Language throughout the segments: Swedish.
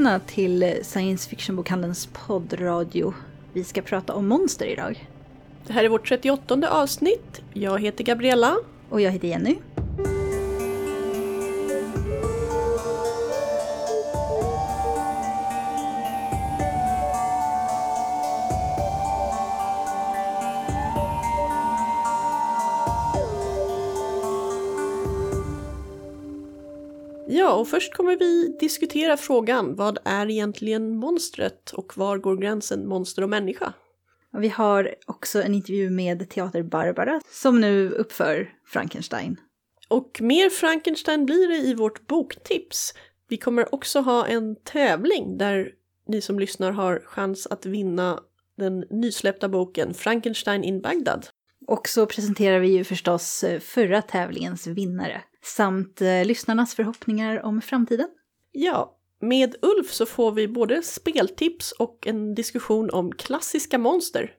välkomna till Science Fiction-bokhandelns poddradio. Vi ska prata om monster idag. Det här är vårt 38:e avsnitt. Jag heter Gabriella. Och jag heter Jenny. Ja, och först kommer vi diskutera frågan, vad är egentligen monstret och var går gränsen monster och människa? Och vi har också en intervju med Teater Barbara som nu uppför Frankenstein. Och mer Frankenstein blir det i vårt boktips. Vi kommer också ha en tävling där ni som lyssnar har chans att vinna den nysläppta boken Frankenstein in Bagdad. Och så presenterar vi ju förstås förra tävlingens vinnare. Samt lyssnarnas förhoppningar om framtiden. Ja, med Ulf så får vi både speltips och en diskussion om klassiska monster.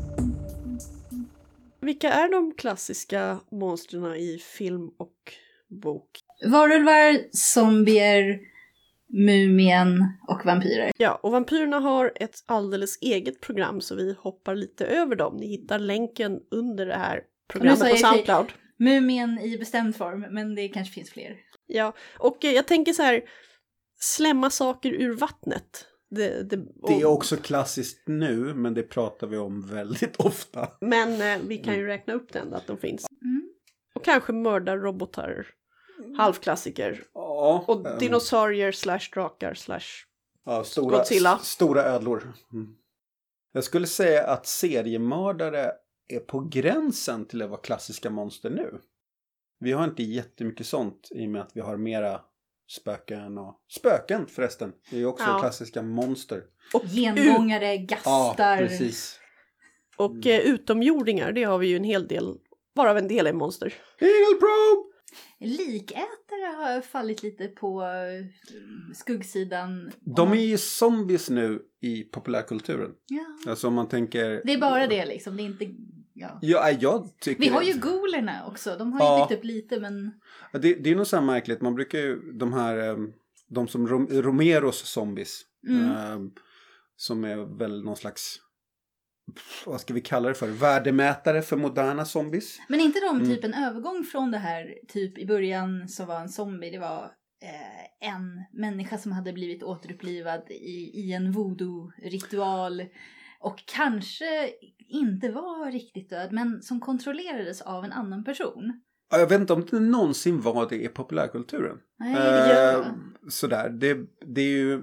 Vilka är de klassiska monsterna i film och bok? Varulvar, zombier, mumien och vampyrer. Ja, och vampyrerna har ett alldeles eget program så vi hoppar lite över dem. Ni hittar länken under det här programmet på SoundCloud. Mumien i bestämd form, men det kanske finns fler. Ja, och jag tänker så här, slämma saker ur vattnet. Det är också klassiskt nu, men det pratar vi om väldigt ofta. Men vi kan ju räkna upp den, att de finns. Och kanske mördarrobotar, halvklassiker. Ja, och dinosaurier / drakar / Godzilla. Stora ödlor. Jag skulle säga att seriemördare är på gränsen till att vara klassiska monster nu. Vi har inte jättemycket sånt i och med att vi har mera spöken förresten. Det är ju också klassiska monster. Och gengångare, gastar. Ja, precis. Och utomjordingar, det har vi ju en hel del, varav en del är monster. Eagle-probe! Likätare har fallit lite på skuggsidan. De är ju zombies nu i populärkulturen. Ja. Alltså om man tänker... Det är bara det liksom, det är inte... Ja. Ja, jag tycker... Vi har ju golerna också, de har ju byggt upp lite men... Ja, det är nog så här märkligt, man brukar ju de som Romeros zombies som är väl någon slags, vad ska vi kalla det för, värdemätare för moderna zombies. Men inte de typ en övergång från det här typ i början som var en zombie, det var en människa som hade blivit återupplivad i en voodoo-ritual och kanske inte var riktigt död men som kontrollerades av en annan person. Jag vet inte om det någonsin var det i populärkulturen. Nej, sådär, det är ju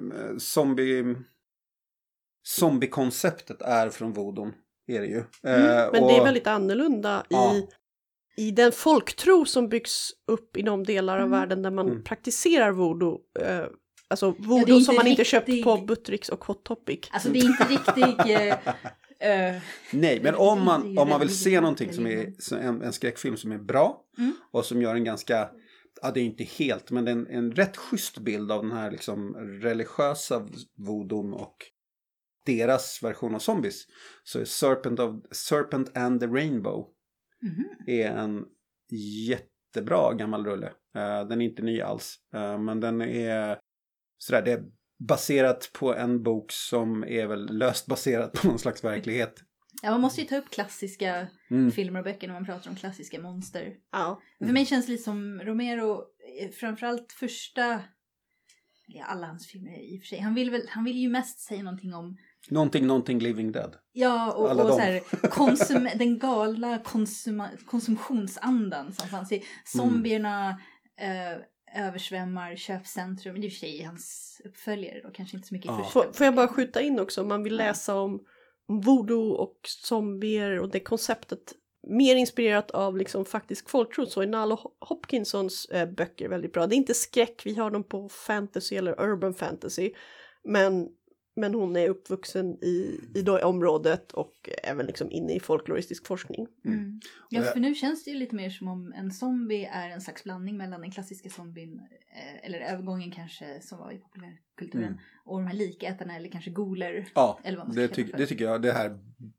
zombie-konceptet är från voodoo, är det ju. Men det är väldigt annorlunda i den folktro som byggs upp i de delar av världen där man praktiserar voodoo. Alltså voodoo som man inte köpt på Buttricks och Hot Topic. Alltså det är inte riktigt... Nej, men om man vill se någonting som är en skräckfilm som är bra och som gör en ganska, det är inte helt, men en rätt schysst bild av den här liksom religiösa voodoo och deras version av zombies, så är Serpent and the Rainbow är en jättebra gammal rulle. Den är inte ny alls, men den är sådär, det är baserat på en bok som är väl löst baserat på någon slags verklighet. Ja, man måste ju ta upp klassiska filmer och böcker när man pratar om klassiska monster. Ja. För mig känns det lite som Romero, framförallt första, alla hans filmer i och för sig. Han vill ju mest säga någonting om Någonting Living Dead. Ja, och så här, den galna konsumtionsandan som fanns i zombierna, översvämmar, köpcentrum. Det är i och för sig hans uppföljare då, kanske inte så mycket i första. Får jag bara skjuta in också, om man vill läsa om voodoo och zombier och det konceptet mer inspirerat av liksom faktisk folktro, så är Nalo Hopkinsons böcker väldigt bra. Det är inte skräck, vi har dem på fantasy eller urban fantasy, men hon är uppvuxen i det området och även liksom inne i folkloristisk forskning. Ja, för nu känns det ju lite mer som om en zombie är en slags blandning mellan den klassiska zombien, eller övergången kanske som var i populärkulturen, och de här likätarna eller kanske goler. Ja, eller vad man det tycker jag. Det här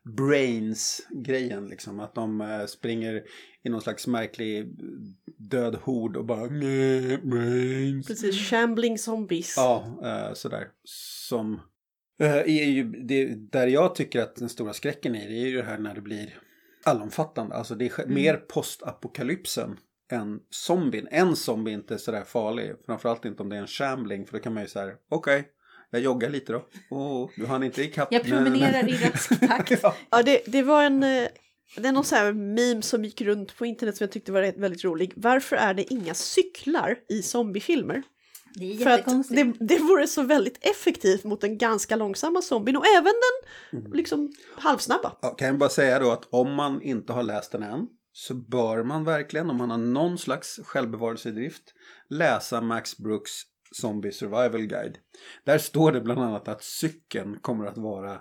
Brains-grejen liksom. Att de springer i någon slags märklig död hord och bara Brains. Precis, shambling zombies. Ja, sådär. Som är ju det, där jag tycker att den stora skräcken är, det är ju det här när det blir allomfattande. Alltså det är mer postapokalypsen än zombien. En zombie är inte sådär farlig. Framförallt inte om det är en shambling. För då kan man ju säga, okej, jag joggar lite då. Du hann inte ikapp. Jag promenerar i rask takt. Ja, det var det är någon sån här meme som gick runt på internet som jag tyckte var väldigt rolig. Varför är det inga cyklar i zombiefilmer? Det är för jättekonstigt. att det vore så väldigt effektivt mot den ganska långsamma zombien och även den liksom halvsnabba. Ja, kan jag bara säga då att om man inte har läst den än så bör man verkligen, om man har någon slags självbevarelsedrift, läsa Max Brooks Zombie Survival Guide. Där står det bland annat att cykeln kommer att vara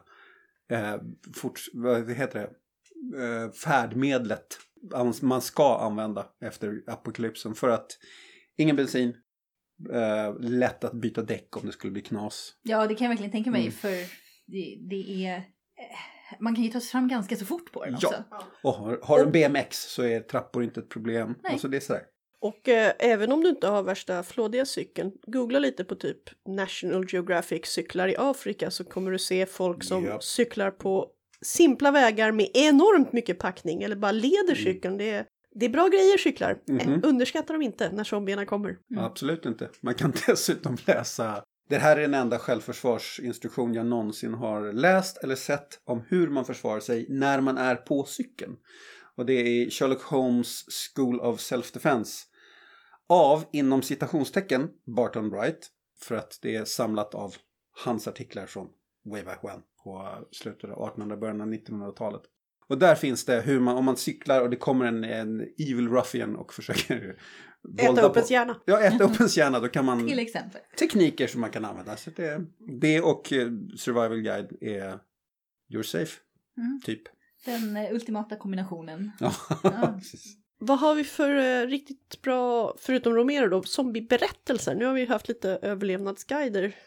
vad heter det? Färdmedlet man ska använda efter apokalypsen, för att ingen bensin, lätt att byta däck om det skulle bli knas. Ja, det kan jag verkligen tänka mig, för det är man kan ju ta sig fram ganska så fort på den också. Och har du en BMX så är trappor inte ett problem. Nej. Alltså det är sådär. Och även om du inte har värsta flådiga cykeln, googla lite på typ National Geographic cyklar i Afrika, så kommer du se folk som cyklar på simpla vägar med enormt mycket packning eller bara leder cykeln. Det är bra grejer, cyklar. Underskattar dem inte när zombierna kommer. Absolut inte. Man kan dessutom läsa. Det här är den enda självförsvarsinstruktion jag någonsin har läst eller sett om hur man försvarar sig när man är på cykeln. Och det är Sherlock Holmes School of Self-Defense av, inom citationstecken, Barton Wright. För att det är samlat av hans artiklar från way back when, på slutet av 1800-talet, början av 1900-talet. Och där finns det hur man, om man cyklar och det kommer en evil ruffian och försöker äta upp ens hjärna. Ja, äta upp ens hjärna. Då kan man... Till exempel. Tekniker som man kan använda. Så det och Survival Guide är you're safe. Typ. Den ultimata kombinationen. Ja. Precis. Vad har vi för riktigt bra, förutom Romero då, zombieberättelser? Nu har vi haft lite överlevnadsguider.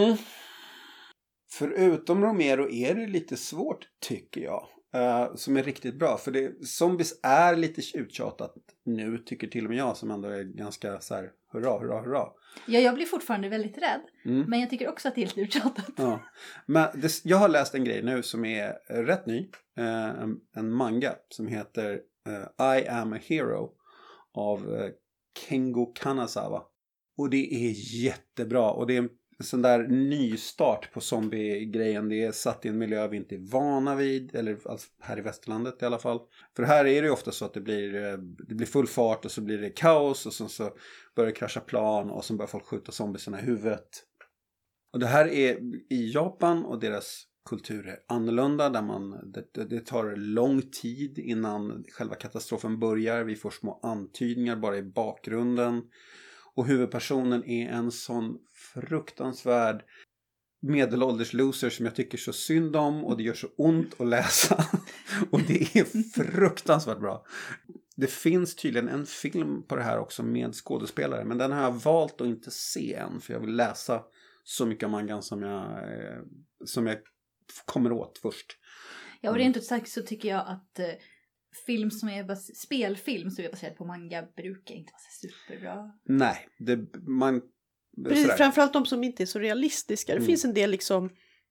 Förutom Romero är det lite svårt, tycker jag. Som är riktigt bra. För zombies är lite uttjatat nu, tycker till och med jag, som ändå är ganska så här, hurra. Ja, jag blir fortfarande väldigt rädd. Men jag tycker också att det är lite uttjatat. Ja. Men jag har läst en grej nu som är rätt ny. En manga som heter I am a hero av Kengo Kanazawa. Och det är jättebra. Och det är en sån där nystart på zombie-grejen. Det är satt i en miljö vi inte är vana vid. Eller alltså här i västerlandet i alla fall. För här är det ju ofta så att det blir full fart och så blir det kaos. Och så börjar det krascha plan och så börjar folk skjuta zombiesarna i huvudet. Och det här är i Japan, och deras kultur är annorlunda. Där det tar lång tid innan själva katastrofen börjar. Vi får små antydningar bara i bakgrunden. Och huvudpersonen är en sån fruktansvärd medelålders loser som jag tycker så synd om. Och det gör så ont att läsa. Och det är fruktansvärt bra. Det finns tydligen en film på det här också med skådespelare. Men den har jag valt att inte se än. För jag vill läsa så mycket av mangan som jag kommer åt först. Ja, och rent ut sagt så tycker jag att film som är spelfilm som är baserad på manga brukar inte vara så superbra. Nej, precis, framförallt de som inte är så realistiska. Det finns en del liksom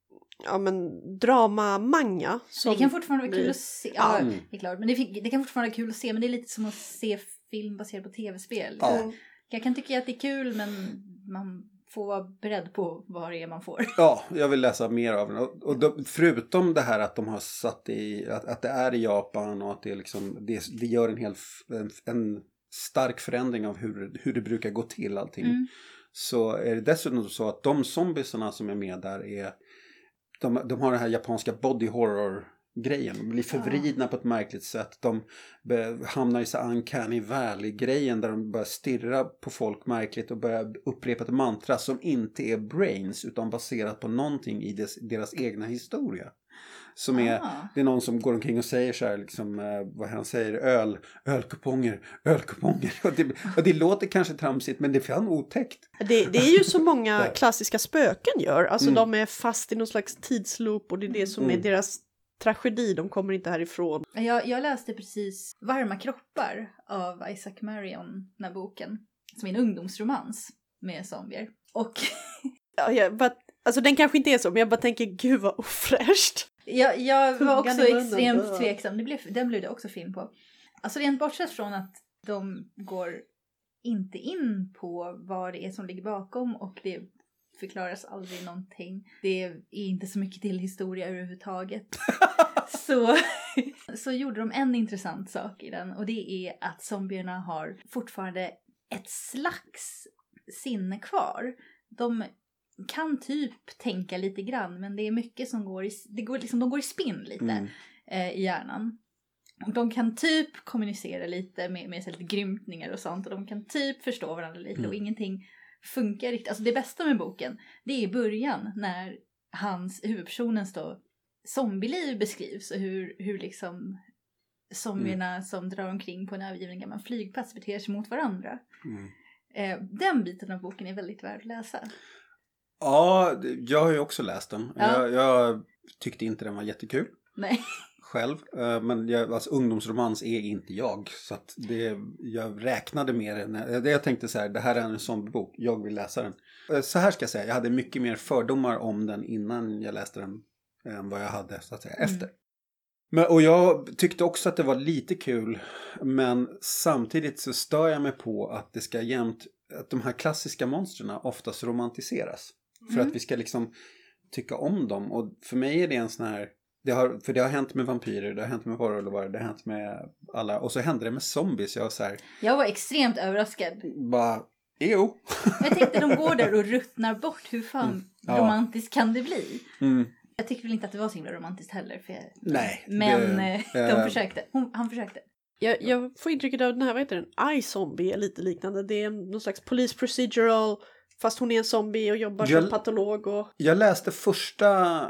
drama-manga. Det kan fortfarande vara kul att se. Ja, det är klart. Men det kan fortfarande vara kul att se. Men det är lite som att se film baserad på tv-spel. Ja. Jag kan tycka att det är kul, men man får vara beredd på vad det är man får. Ja, jag vill läsa mer av den. Och förutom det här att de har satt i, att det är i Japan och att det är liksom, det gör en stark förändring av hur det brukar gå till allting. Så är det dessutom så att de zombiesarna som är med där de har den här japanska body horror grejen. De blir förvridna på ett märkligt sätt. De hamnar i så uncanny valley-grejen där de börjar stirra på folk märkligt och börjar upprepa ett mantra som inte är brains utan baserat på någonting i deras egna historia. Som det är någon som går omkring och säger så här liksom, vad han säger, ölkuponger. Och det låter kanske tramsigt, men det är fan otäckt. Det är ju så många klassiska spöken gör. Alltså de är fast i någon slags tidsloop och det är det som är deras tragedi, de kommer inte härifrån. Jag läste precis Varma kroppar av Isaac Marion, den här boken, som är en ungdomsromans med zombier. Och alltså den kanske inte är så, men jag bara tänker, gud vad ofräscht. Jag var också extremt tveksam. Den blev det också film på. Alltså rent bortsett från att de går inte in på vad det är som ligger bakom och det förklaras aldrig någonting. Det är inte så mycket till historia överhuvudtaget. så gjorde de en intressant sak i den, och det är att zombierna har fortfarande ett slags sinne kvar. De kan typ tänka lite grann, men det är mycket som de går i spinn lite i hjärnan. Och de kan typ kommunicera lite med lite grymtningar och sånt, och de kan typ förstå varandra lite och ingenting funkar riktigt. Alltså det bästa med boken, det är i början när huvudpersonens då zombieliv beskrivs och hur liksom zombierna som drar omkring på en övergiven gammal flygplats beter sig mot varandra. Den biten av boken är väldigt värd att läsa. Ja, jag har ju också läst den. Ja. Jag tyckte inte den var jättekul. Nej. Själv. Men alltså, ungdomsromans är inte jag. Så att jag räknade med det. Jag tänkte så här, det här är en zombiebok. Jag vill läsa den. Så här ska jag säga, jag hade mycket mer fördomar om den innan jag läste den än vad jag hade så att säga efter. Och jag tyckte också att det var lite kul, men samtidigt så stör jag mig på att det ska att de här klassiska monstren oftast romantiseras. För att vi ska liksom tycka om dem. Och för mig är det en sån här, det har hänt med vampyrer, det har hänt med varulvar, det har hänt med alla, och så hände det med zombies. Jag var extremt överraskad. Bara, jo. Jag tänkte de går där och ruttnar bort, hur fan romantiskt kan det bli? Jag tycker väl inte att det var så himla romantiskt heller. Nej. Men de försökte. Han försökte. Jag får intrycket av den här, vad heter den? iZombie är lite liknande. Det är någon slags police procedural, fast hon är en zombie och jobbar som patolog. Jag läste första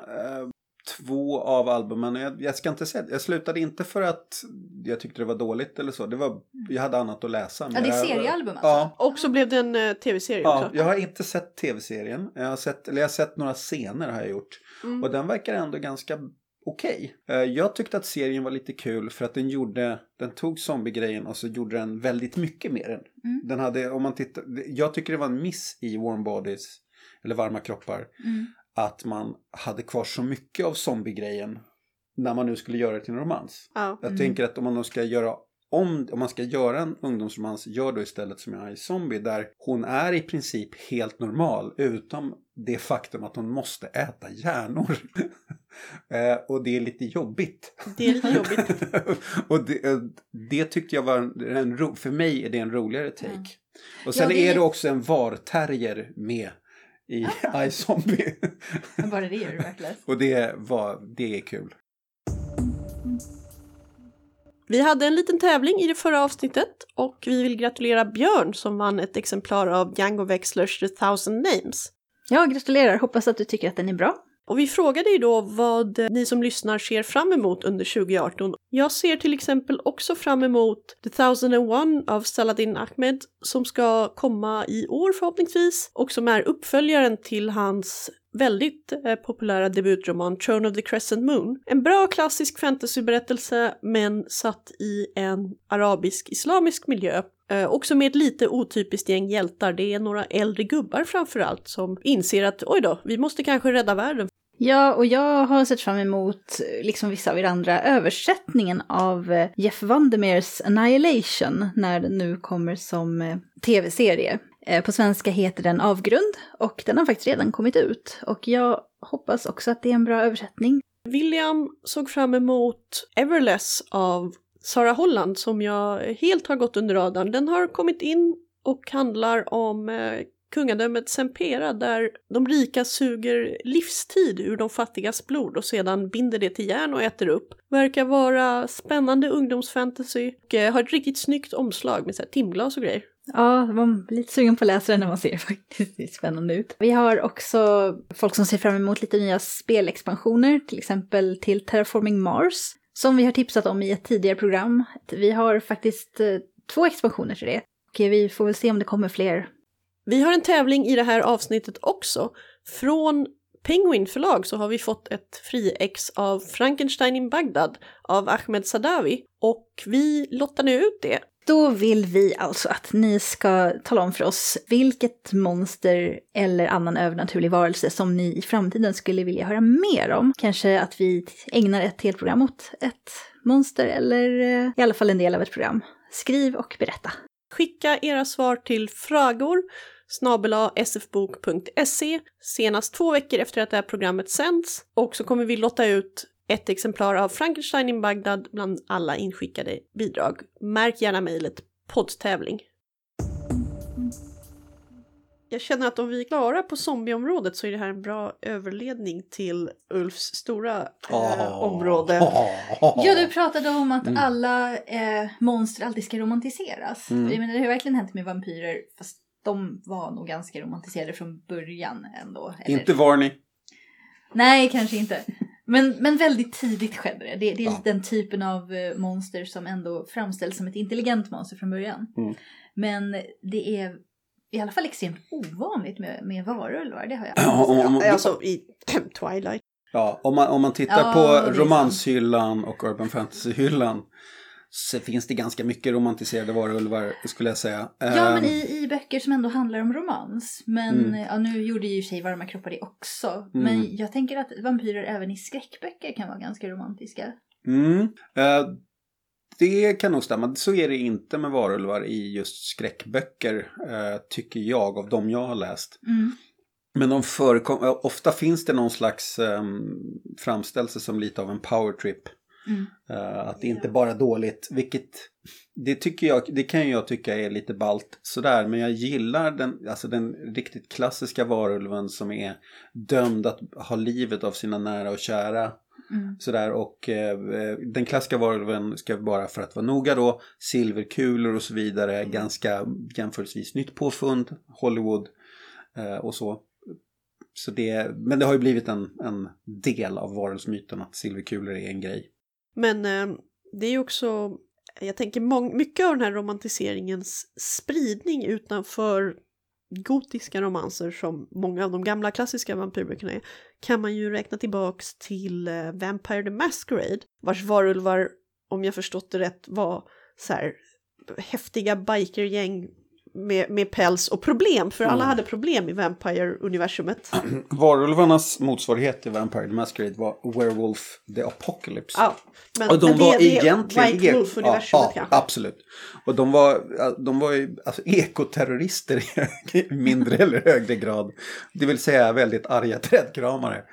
2 av albumen. Jag ska inte säga, jag slutade inte för att jag tyckte det var dåligt eller så. Jag hade annat att läsa. Ja, det är seriealbum alltså. Ja. Och så blev det en tv-serie också. Jag har inte sett tv-serien. Jag har sett några scener har jag gjort. Och den verkar ändå ganska okej. Jag tyckte att serien var lite kul för att den tog zombie-grejen och så gjorde den väldigt mycket med den. Den hade, om man tittar, jag tycker det var en miss i Warm Bodies eller Varma kroppar att man hade kvar så mycket av zombie-grejen när man nu skulle göra det till en romans. Jag tänker att om man ska göra en ungdomsromans, gör då istället som jag är i Zombie, där hon är i princip helt normal utom det faktum att hon måste äta hjärnor. Och det är lite jobbigt. Och det tyckte jag var för mig är det en roligare take. Och sen är det också en varterrier med i iZombie. Bara det gör det verkligen. Och det är kul. Vi hade en liten tävling i det förra avsnittet och vi vill gratulera Björn som vann ett exemplar av Django Wexlers The Thousand Names. Ja, gratulerar. Hoppas att du tycker att den är bra. Och vi frågade ju då vad ni som lyssnar ser fram emot under 2018. Jag ser till exempel också fram emot The 1001 av Saladin Ahmed som ska komma i år förhoppningsvis och som är uppföljaren till hans väldigt populära debutroman Throne of the Crescent Moon. En bra klassisk fantasyberättelse men satt i en arabisk-islamisk miljö. Också med ett lite otypiskt gäng hjältar. Det är några äldre gubbar framförallt som inser att oj då, vi måste kanske rädda världen. Ja, och jag har sett fram emot, liksom vissa av er andra, översättningen av Jeff Vandermeers Annihilation när den nu kommer som tv-serie. På svenska heter den Avgrund och den har faktiskt redan kommit ut. Och jag hoppas också att det är en bra översättning. William såg fram emot Everless av Sara Holland som jag helt har gått under radarn. Den har kommit in och handlar om kungadömet Sempera där de rika suger livstid ur de fattigas blod och sedan binder det till järn och äter upp. Verkar vara spännande ungdomsfantasy och har ett riktigt snyggt omslag med så här timglas och grejer. Ja, jag var lite sugen på att läsa den när man ser faktiskt. Det är spännande ut. Vi har också folk som ser fram emot lite nya spelexpansioner, till exempel till Terraforming Mars, som vi har tipsat om i ett tidigare program. Vi har faktiskt 2 expansioner till det. Och vi får väl se om det kommer fler. Vi har en tävling i det här avsnittet också från Penguin förlag så har vi fått ett friex av Frankenstein in Bagdad av Ahmed Sadawi. Och vi lottar nu ut det. Då vill vi alltså att ni ska tala om för oss vilket monster eller annan övernaturlig varelse som ni i framtiden skulle vilja höra mer om. Kanske att vi ägnar ett helt program åt ett monster eller i alla fall en del av ett program. Skriv och berätta. Skicka era svar till fragor@sfbok.se senast 2 veckor efter att det här programmet sänds. Och så kommer vi lotta ut ett exemplar av Frankenstein in Bagdad bland alla inskickade bidrag. Märk gärna mejlet poddtävling. Jag känner att om vi är klara på zombieområdet så är det här en bra överledning till Ulfs stora område. Ja, du pratade om att alla monster alltid ska romantiseras. Jag menar, det har verkligen hänt med vampyrer, fast de var nog ganska romantiserade från början ändå. Eller? Inte Varney. Nej, kanske inte. Men väldigt tidigt skedde det. Det är den typen av monster som ändå framställs som ett intelligent monster från början. Men det är i alla fall extremt ovanligt med varulvar. Det har jag alltså i Twilight. Ja, om man tittar på romanshyllan och urban fantasy-hyllan så finns det ganska mycket romantiserade varulvar, skulle jag säga. Ja, men i böcker som ändå handlar om romans. Men nu gjorde ju sig Varma kroppar det också. Men jag tänker att vampyrer även i skräckböcker kan vara ganska romantiska. Det kan nog stämma. Så är det inte med varulvar i just skräckböcker, tycker jag, av de jag har läst. Men de ofta finns det någon slags framställelse som lite av en power trip. Att det inte bara är dåligt, vilket det kan jag tycka är lite ballt sådär, men jag gillar den riktigt klassiska varulven som är dömd att ha livet av sina nära och kära sådär, och den klassiska varulven ska bara, för att vara noga då, silverkulor och så vidare, ganska jämförelsevis nytt påfund, Hollywood och så. Men det har ju blivit en del av varulvsmyten att silverkulor är en grej. Men det är ju också, jag tänker mycket av den här romantiseringens spridning utanför gotiska romanser som många av de gamla klassiska vampyrböckerna är, kan man ju räkna tillbaks till Vampire the Masquerade, vars varulvar, om jag förstått det rätt, var så här häftiga bikergäng med päls och problem, för alla hade problem i Vampire-universumet. Varulvarnas motsvarighet till Vampire the Masquerade var Werewolf the Apocalypse. Ja, och de var egentligen White Wolf-universumet kanske. Absolut. Och de var ju alltså ekoterrorister i mindre eller högre grad. Det vill säga väldigt arga trädkramare.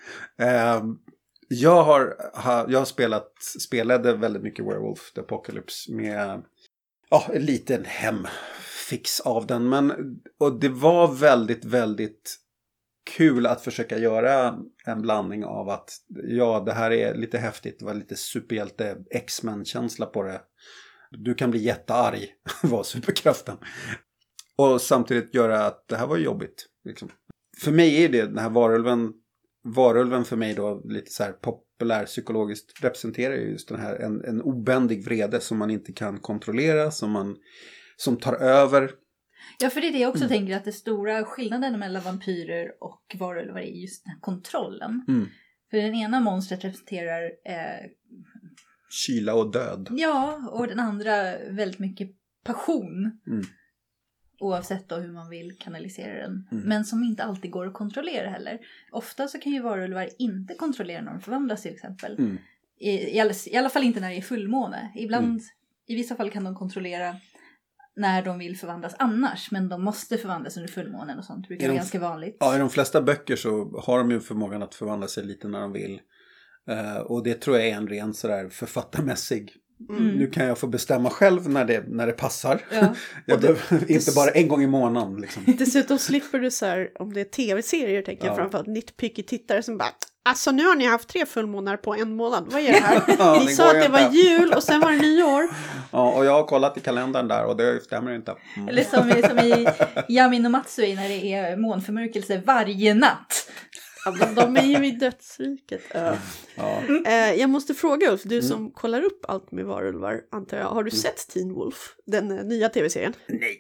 Jag spelade väldigt mycket Werewolf the Apocalypse med en liten hemfix av den. Och det var väldigt, väldigt kul att försöka göra en blandning av att det här är lite häftigt, det var lite superhjälte X-Men-känsla på det. Du kan bli jättearg, var superkraften. Och samtidigt göra att det här var jobbigt. Liksom. För mig är den här varulven för mig då lite så här populär psykologiskt representerar just den här en obändig vrede som man inte kan kontrollera, som tar över. Ja, för det är det jag också tänker, att det stora skillnaden mellan vampyrer och varulvar är just den här kontrollen. För den ena monstret representerar kyla och död. Ja, och den andra väldigt mycket passion. Oavsett då hur man vill kanalisera den. Men som inte alltid går att kontrollera heller. Ofta så kan ju varulvar inte kontrollera när de förvandlas till exempel. I alla fall inte när det är fullmåne. Ibland, i vissa fall kan de kontrollera när de vill förvandlas annars. Men de måste förvandlas under fullmånen och sånt. Det brukar vara ganska vanligt. Ja, i de flesta böcker så har de ju förmågan att förvandla sig lite när de vill. Och det tror jag är en ren sådär författarmässig. Nu kan jag få bestämma själv när det passar. Ja. Inte bara en gång i månaden. Liksom. Dessutom slipper du så här, om det är tv-serier tänker jag framförallt, nitpicky tittare som bara, alltså nu har ni haft 3 fullmånar på en månad. Vad är det här? Ni sa att det var jul och sen var det nyår. Ja, och jag har kollat i kalendern där och det stämmer inte. Eller som i Yamin och Matsui när det är månförmörkelse varje natt. Ja, de är ju i dödsriket. Jag måste fråga Ulf, du som kollar upp allt med varulvar, antar jag. Har du sett Teen Wolf, den nya tv-serien? Nej.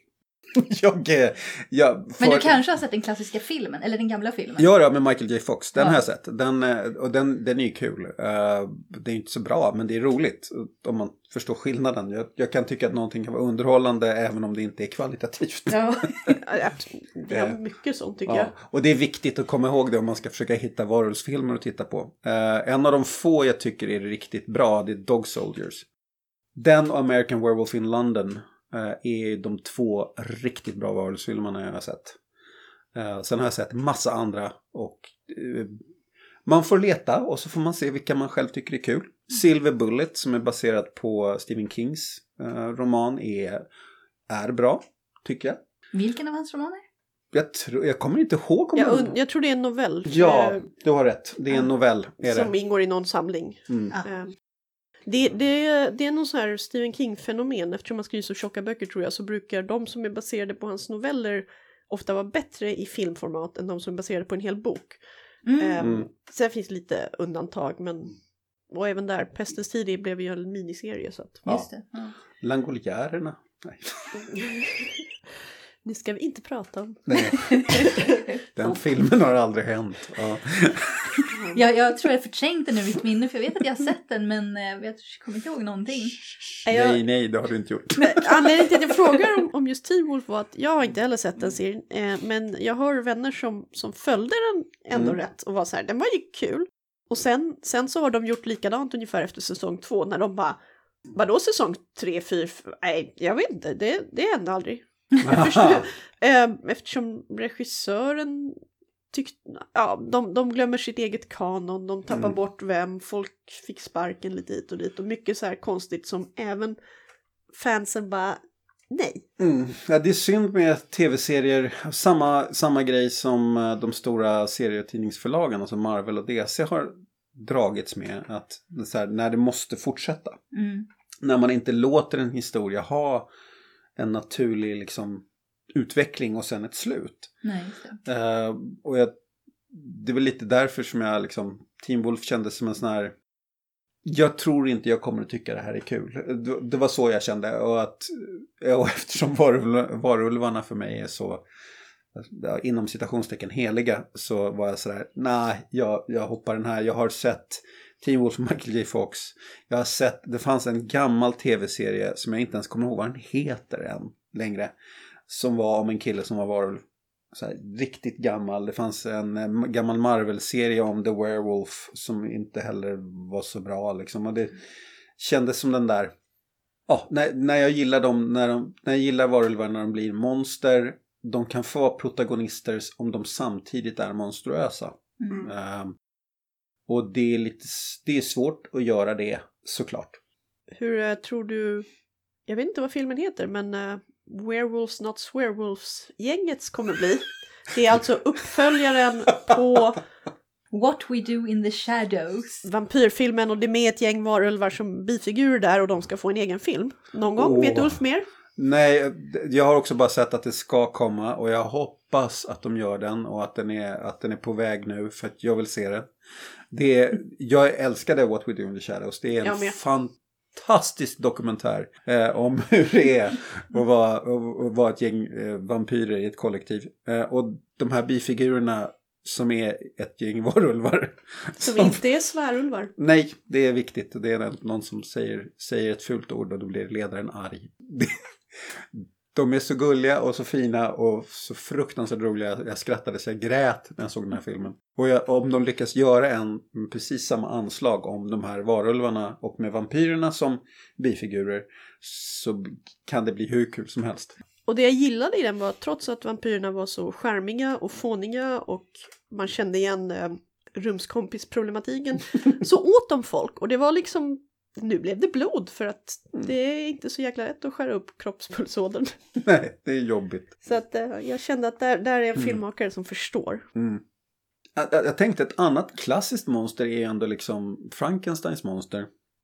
Men du kanske har sett den klassiska filmen, eller den gamla filmen? Ja, med Michael J. Fox. Den har jag sett. Den är ju kul. Det är inte så bra, men det är roligt. Om man förstår skillnaden. Jag kan tycka att någonting kan vara underhållande även om det inte är kvalitativt. Ja, det är mycket sånt tycker jag. Och det är viktigt att komma ihåg det om man ska försöka hitta varulvsfilmer att titta på. En av de få jag tycker är riktigt bra, det är Dog Soldiers. Den och American Werewolf in London är de 2 riktigt bra varulvsfilmerna jag har sett. Sen har jag sett massa andra och man får leta och så får man se vilka man själv tycker är kul. Silver Bullet som är baserad på Stephen Kings roman är bra, tycker jag. Vilken av hans romaner? Jag kommer inte ihåg om jag tror det är en novell. Ja, du har rätt. Det är en novell. Som ingår i någon samling. Det är någon sån här Stephen King-fenomen. Eftersom man skriver så tjocka böcker tror jag, så brukar de som är baserade på hans noveller ofta vara bättre i filmformat än de som är baserade på en hel bok. Sen finns lite undantag, men och även där, Pestens tid blev ju en miniserie. Så att, just det. Ja. Langoljärerna. Nej. Nu ska vi inte prata om. Nej. Den filmen har aldrig hänt. Ja. Jag tror jag förträngt den ur mitt minne, för jag vet att jag har sett den, men jag kommer inte ihåg någonting. Nej, det har du inte gjort. Anledningen till att jag frågar om just Teen Wolf var att jag har inte heller sett den serien, men jag har vänner som följde den ändå rätt och var så här, den var ju kul. Och sen så har de gjort likadant ungefär efter säsong 2 när de bara, vadå säsong 3, 4, nej jag vet inte, det hände aldrig. Eftersom regissören de glömmer sitt eget kanon, de tappar bort vem, folk fick sparken lite hit och dit och mycket så här konstigt som även fansen bara nej. Ja, det är synd med tv-serier, samma grej som de stora serietidningsförlagen, alltså Marvel och DC har dragits med, att så här, när det måste fortsätta. När man inte låter en historia ha en naturlig liksom utveckling och sen ett slut. Nej, och det var lite därför som jag liksom, Teen Wolf kändes som en sån här, jag tror inte jag kommer att tycka det här är kul. Det var så jag kände, och eftersom varulvarna för mig är så inom citationstecken heliga, så var jag sådär, nej, jag hoppar den här. Jag har sett Teen Wolf med Michael J. Fox. Jag har sett, det fanns en gammal tv-serie som jag inte ens kommer ihåg vad den heter än längre, som var om en kille som var varulv. Så här, riktigt gammal. Det fanns en gammal Marvel-serie om The Werewolf som inte heller var så bra liksom. Och det kändes som den där, när jag gillar dem, när jag gillar varulvar när de blir monster, de kan få vara protagonister om de samtidigt är monstruösa. Och det är svårt att göra det, såklart. Hur tror du, jag vet inte vad filmen heter, men Werewolves Not Swearwolves-gängets kommer bli. Det är alltså uppföljaren på What We Do in the Shadows. Vampyrfilmen, och det är med ett gäng varulvar som bifigurer där och de ska få en egen film. Någon gång, vet Ulf mer? Nej, jag har också bara sett att det ska komma och jag hoppas att de gör den och att den är på väg nu för att jag vill se den. Jag älskade What We Do in the Shadows. Det är en fantastisk dokumentär om hur det är att vara ett gäng vampyrer i ett kollektiv. Och de här bifigurerna som är ett gäng varulvar. Som inte är svärulvar. Nej, det är viktigt. Det är någon som säger ett fult ord och då blir ledaren arg. De är så gulliga och så fina och så fruktansvärt roliga. Jag skrattade så jag grät när jag såg den här filmen. Och om de lyckas göra precis samma anslag om de här varulvarna och med vampyrerna som bifigurer, så kan det bli hur kul som helst. Och det jag gillade i den var, trots att vampyrerna var så charmiga och fåniga och man kände igen rumskompisproblematiken, så åt de folk. Och det var liksom, nu blev det blod för att det är inte så jäkla lätt att skära upp kroppspulsådern. Nej, det är jobbigt. Så att jag kände att där är en filmmakare som förstår. Jag tänkte ett annat klassiskt monster är ändå liksom Frankensteins monster.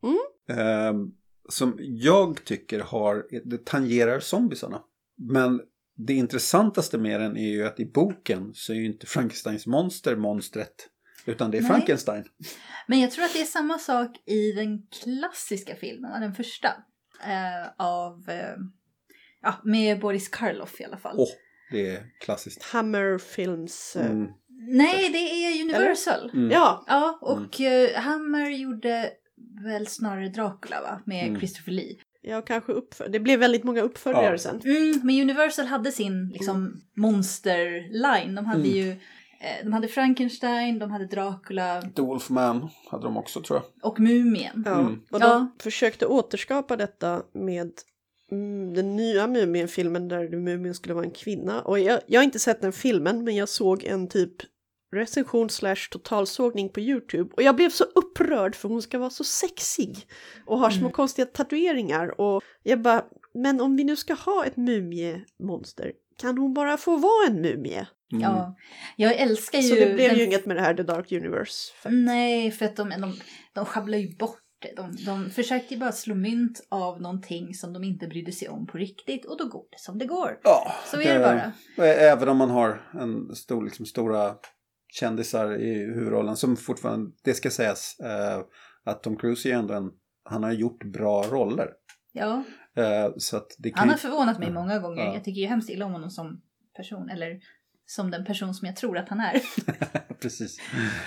Som jag tycker det tangerar zombiesarna. Men det intressantaste med den är ju att i boken så är ju inte Frankensteins monstret, utan det är Frankenstein. Men jag tror att det är samma sak i den klassiska filmen, den första. med Boris Karloff i alla fall. Det är klassiskt. Hammer Films. Nej, det är Universal. Ja, och Hammer gjorde väl snarare Dracula, va? Med Christopher Lee. Ja, kanske det blev väldigt många uppföljare sen. Men Universal hade sin liksom monster-line. De hade ju de hade Frankenstein, de hade Dracula. The Wolfman hade de också, tror jag. Och Mumien. Och de försökte återskapa detta med den nya Mumien-filmen där Mumien skulle vara en kvinna. Och jag har inte sett den filmen, men jag såg en typ recension / totalsågning på YouTube. Och jag blev så upprörd för hon ska vara så sexig. Och har små konstiga tatueringar. Och jag bara, men om vi nu ska ha ett mumiemonster, kan hon bara få vara en mumie? Ja, jag älskar ju... Så det blev ju inget med det här The Dark Universe. Nej, för att de sjabblar ju bort det. De försökte ju bara slå mynt av någonting som de inte brydde sig om på riktigt. Och då går det som det går. Ja, så är det bara. Även om man har en stora kändisar i huvudrollen som fortfarande, det ska sägas att Tom Cruise är ändå han har gjort bra roller. Ja. Så att det han har förvånat mig många gånger. Jag tycker ju hemskt illa om honom som person, eller som den person som jag tror att han är. Precis.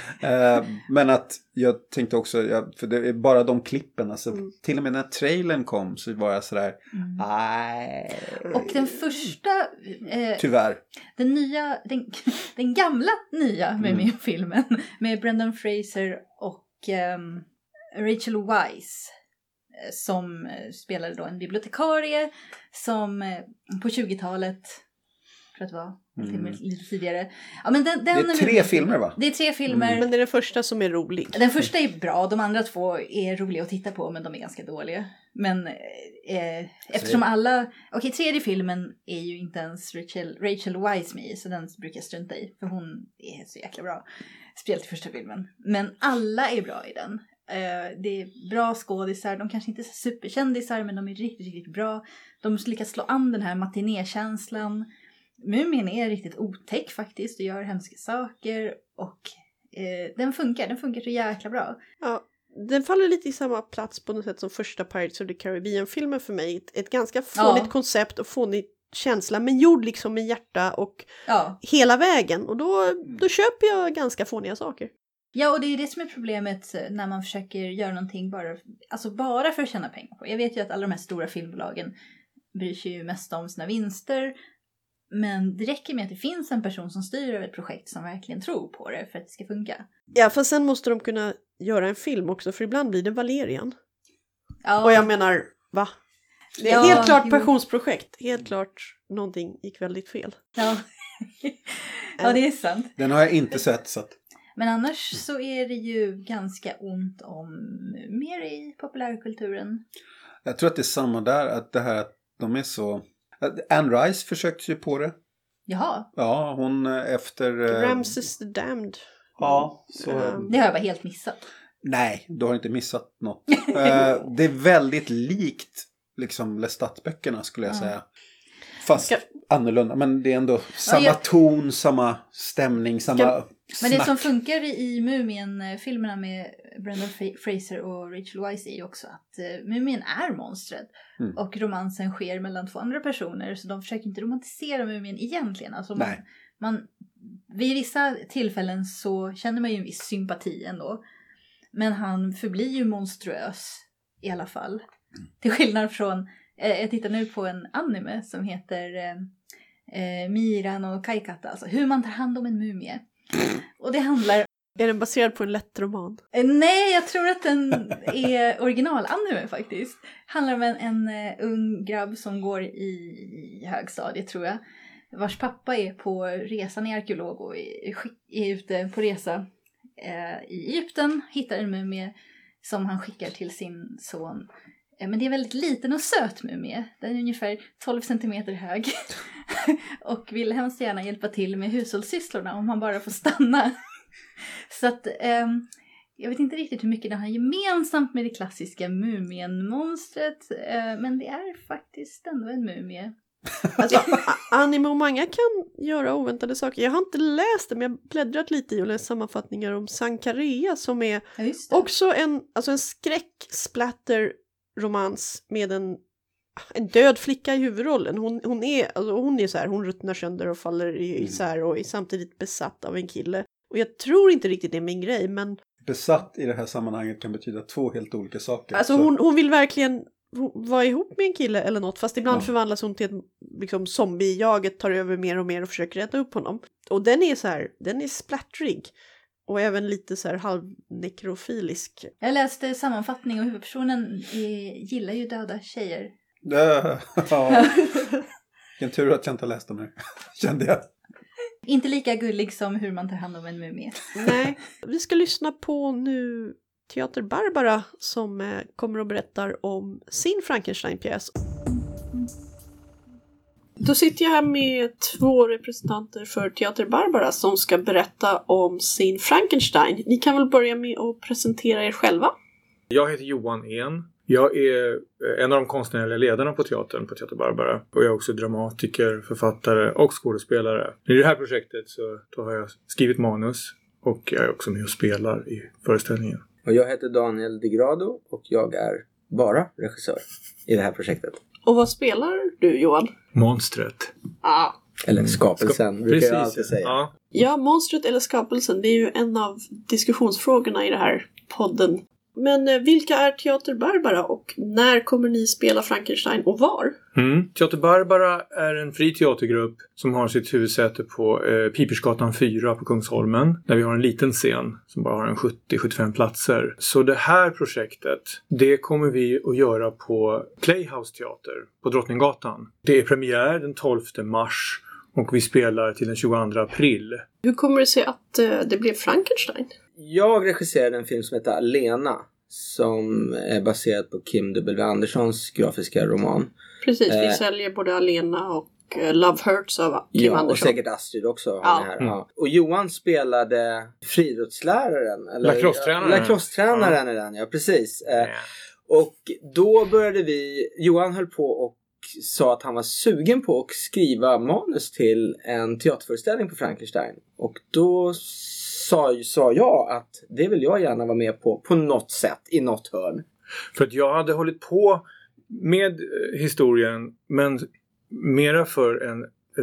Men att jag tänkte också, för det är bara de klippen, alltså, till och med när trailern kom så var jag sådär, nej. Och den första... tyvärr. Den gamla nya Mumien-filmen med Brendan Fraser och Rachel Weisz som spelade då en bibliotekarie som på 20-talet, för att vara lite tidigare. Ja, men det är 3 filmer, va? Det är 3 filmer. Men det är den första som är rolig. Den första är bra, de andra 2 är roliga att titta på, men de är ganska dåliga. Men eftersom alla... Okej, 3:e filmen är ju inte ens Rachel Weisz med i, så den brukar jag strunta i. För hon är så jäkla bra. Speciellt i första filmen. Men alla är bra i den. Det är bra skådisar. De kanske inte är superkändisar, men de är riktigt, riktigt bra. De lyckas slå an den här matinékänslan. Mumien är riktigt otäck faktiskt och gör hemska saker. Och den funkar så jäkla bra. Ja, den faller lite i samma plats på något sätt som första Pirates of the Caribbean-filmen för mig. Ett ganska fånigt koncept och fånig känsla, men gjord liksom med hjärta och hela vägen. Och då köper jag ganska fåniga saker. Ja, och det är det som är problemet när man försöker göra någonting bara för att tjäna pengar på. Jag vet ju att alla de här stora filmbolagen bryr sig ju mest om sina vinster. Men det räcker med att det finns en person som styr över ett projekt som verkligen tror på det för att det ska funka. Ja, för sen måste de kunna göra en film också, för ibland blir det Valerian. Ja. Och jag menar, va? Det är helt klart passionsprojekt. Helt klart någonting gick väldigt fel. Ja, ja, det är sant. Den har jag inte sett, så att... Men annars så är det ju ganska ont om mer i populärkulturen. Jag tror att det är samma där, att det här att de är så... Anne Rice försökte ju på det. Jaha. Ja, hon efter... Ramses the Damned. Ja, så... Det har jag bara helt missat. Nej, du har inte missat något. Det är väldigt likt liksom Lestat-böckerna, skulle jag säga. Fast annorlunda, men det är ändå samma ton, samma stämning, samma... Men det som funkar i Mumien-filmerna med Brendan Fraser och Rachel Weisz är ju också att Mumien är monstret. Och romansen sker mellan 2 andra personer. Så de försöker inte romantisera Mumien egentligen. Alltså vid vissa tillfällen så känner man ju en viss sympati ändå. Men han förblir ju monstruös i alla fall. Till skillnad från, jag tittar nu på en anime som heter Miran och Kaikata. Alltså hur man tar hand om en mumie. Och det handlar... Är den baserad på en lätt roman? Nej, jag tror att den är originalanime faktiskt. Handlar om en ung grabb som går i högstadiet, tror jag. Vars pappa är på resan i arkeolog och är ute på resa i Egypten. Hittar en mumie som han skickar till sin son. Men det är en väldigt liten och söt mumie. Den är ungefär 12 centimeter hög. Och vill hemskt gärna hjälpa till med hushållssysslorna om han bara får stanna. Så att jag vet inte riktigt hur mycket den har gemensamt med det klassiska mumienmonstret. Men det är faktiskt ändå en mumie. Alltså, anime och manga kan göra oväntade saker. Jag har inte läst det, men jag har bläddrat lite i och läst sammanfattningar om Sankarea som är också en skräck-splatter romans med en en död flicka i huvudrollen. Hon är så här, hon ruttnar sönder och faller isär och är samtidigt besatt av en kille. Och jag tror inte riktigt det är min grej, men... Besatt i det här sammanhanget kan betyda 2 helt olika saker. Alltså hon vill verkligen vara ihop med en kille eller något, fast ibland förvandlas hon till att liksom, zombie-jaget tar över mer och mer och försöker rädda upp honom. Och den är så här, den är splattrig. Och även lite så här halvnekrofilisk. Jag läste sammanfattning och huvudpersonen gillar ju döda tjejer. Ja. Vilken tur att jag inte läste om det, kände jag. Inte lika gullig som hur man tar hand om en mumie. Nej, vi ska lyssna på nu Teater Barbara som kommer och berättar om sin Frankenstein-pjäs. Då sitter jag här med 2 representanter för Teater Barbara som ska berätta om sin Frankenstein. Ni kan väl börja med att presentera er själva? Jag heter Johan En. Jag är en av de konstnärliga ledarna på teatern på Teater Barbara. Och jag är också dramatiker, författare och skådespelare. I det här projektet så då har jag skrivit manus och jag är också med och spelar i föreställningen. Och jag heter Daniel De Grado och jag är bara regissör i det här projektet. Och vad spelar du, Johan? Monstret. Eller skapelsen, brukar jag alltid säga. Ja, monstret eller skapelsen, det är ju en av diskussionsfrågorna i det här podden. Men vilka är Teater Barbara och när kommer ni spela Frankenstein och var? Teater Barbara är en fri teatergrupp som har sitt huvudsäte på Pipersgatan 4 på Kungsholmen. Där vi har en liten scen som bara har en 70-75 platser. Så det här projektet, det kommer vi att göra på Playhouse Teater på Drottninggatan. Det är premiär den 12 mars och vi spelar till den 22 april. Hur kommer det sig att det blev Frankenstein? Jag regisserade en film som heter Alena som är baserad på Kim W. Anderssons grafiska roman. Precis, vi säljer både Alena och Love Hurts av Kim Andersson. Och säkert Astrid också. Ja. Och Johan spelade friidrottsläraren. Eller Lacrosse-tränaren i den, ja precis. Och då började Johan höll på och sa att han var sugen på att skriva manus till en teaterföreställning på Frankenstein. Och då sa jag att det vill jag gärna vara med på något sätt, i något hörn. För att jag hade hållit på med historien, men mera för en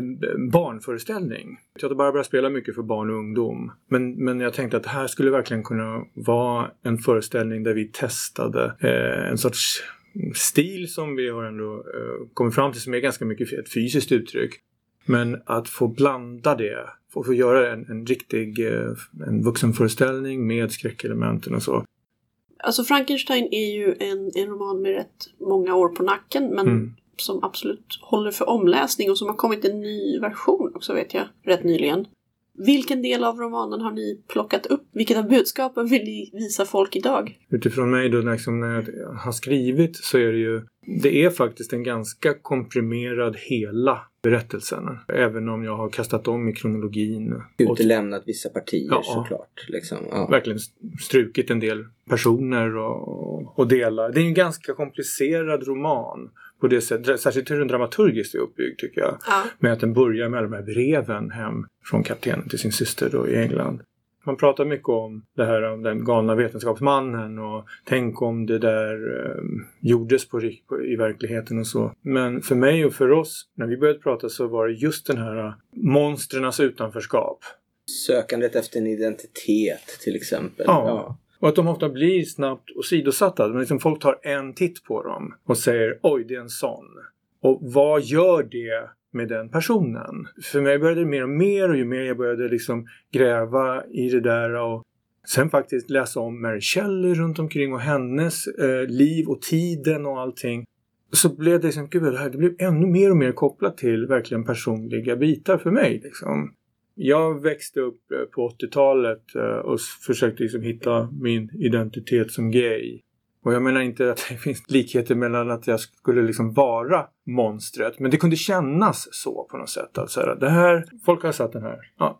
barnföreställning. Teater Barbara spelar mycket för barn och ungdom. Men jag tänkte att det här skulle verkligen kunna vara en föreställning där vi testade en sorts stil som vi har ändå kommit fram till, som är ganska mycket ett fysiskt uttryck. Men att få blanda det, få göra en riktig en vuxenföreställning med skräckelementen och så. Alltså Frankenstein är ju en roman med rätt många år på nacken, men som absolut håller för omläsning och som har kommit en ny version också, vet jag, rätt nyligen. Vilken del av romanen har ni plockat upp? Vilket av budskapen vill ni visa folk idag? Utifrån mig då, liksom, när jag har skrivit, så är det är faktiskt en ganska komprimerad hela berättelsen. Även om jag har kastat om i kronologin. Utelämnat vissa partier såklart. Liksom. Ja. Verkligen strukit en del personer och delar. Det är en ganska komplicerad roman. På det sättet, särskilt hur den dramaturgiskt är uppbyggd tycker jag. Ja. Med att den börjar med de här breven hem från kaptenen till sin syster då i England. Man pratar mycket om det här om den galna vetenskapsmannen och tänk om det där gjordes i verkligheten och så. Men för mig och för oss, när vi började prata, så var det just den här monstrenas utanförskap. Sökandet efter en identitet till exempel. Ja. Och att de ofta blir snabbt åsidosatta. Men liksom folk tar en titt på dem och säger, oj det är en sån. Och vad gör det med den personen? För mig började det mer och mer, och ju mer jag började liksom gräva i det där och sen faktiskt läsa om Mary Shelley runt omkring och hennes liv och tiden och allting. Så blev det liksom, det blev ännu mer och mer kopplat till verkligen personliga bitar för mig liksom. Jag växte upp på 80-talet och försökte liksom hitta min identitet som gay. Och jag menar inte att det finns likheter mellan att jag skulle liksom vara monstret. Men det kunde kännas så på något sätt. Alltså, det här, folk har satt den här. Ja,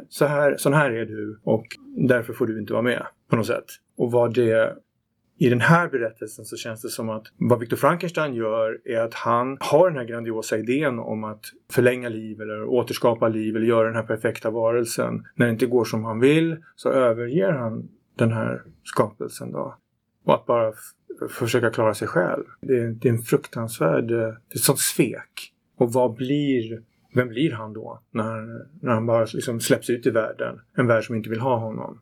sån här är du och därför får du inte vara med på något sätt. Och vad det... I den här berättelsen så känns det som att vad Victor Frankenstein gör är att han har den här grandiosa idén om att förlänga liv eller återskapa liv eller göra den här perfekta varelsen. När det inte går som han vill så överger han den här skapelsen då. Och att bara försöka klara sig själv. Det är en fruktansvärd... Det är ett sånt svek. Och vem blir han då? När han bara liksom släpps ut i världen. En värld som inte vill ha honom.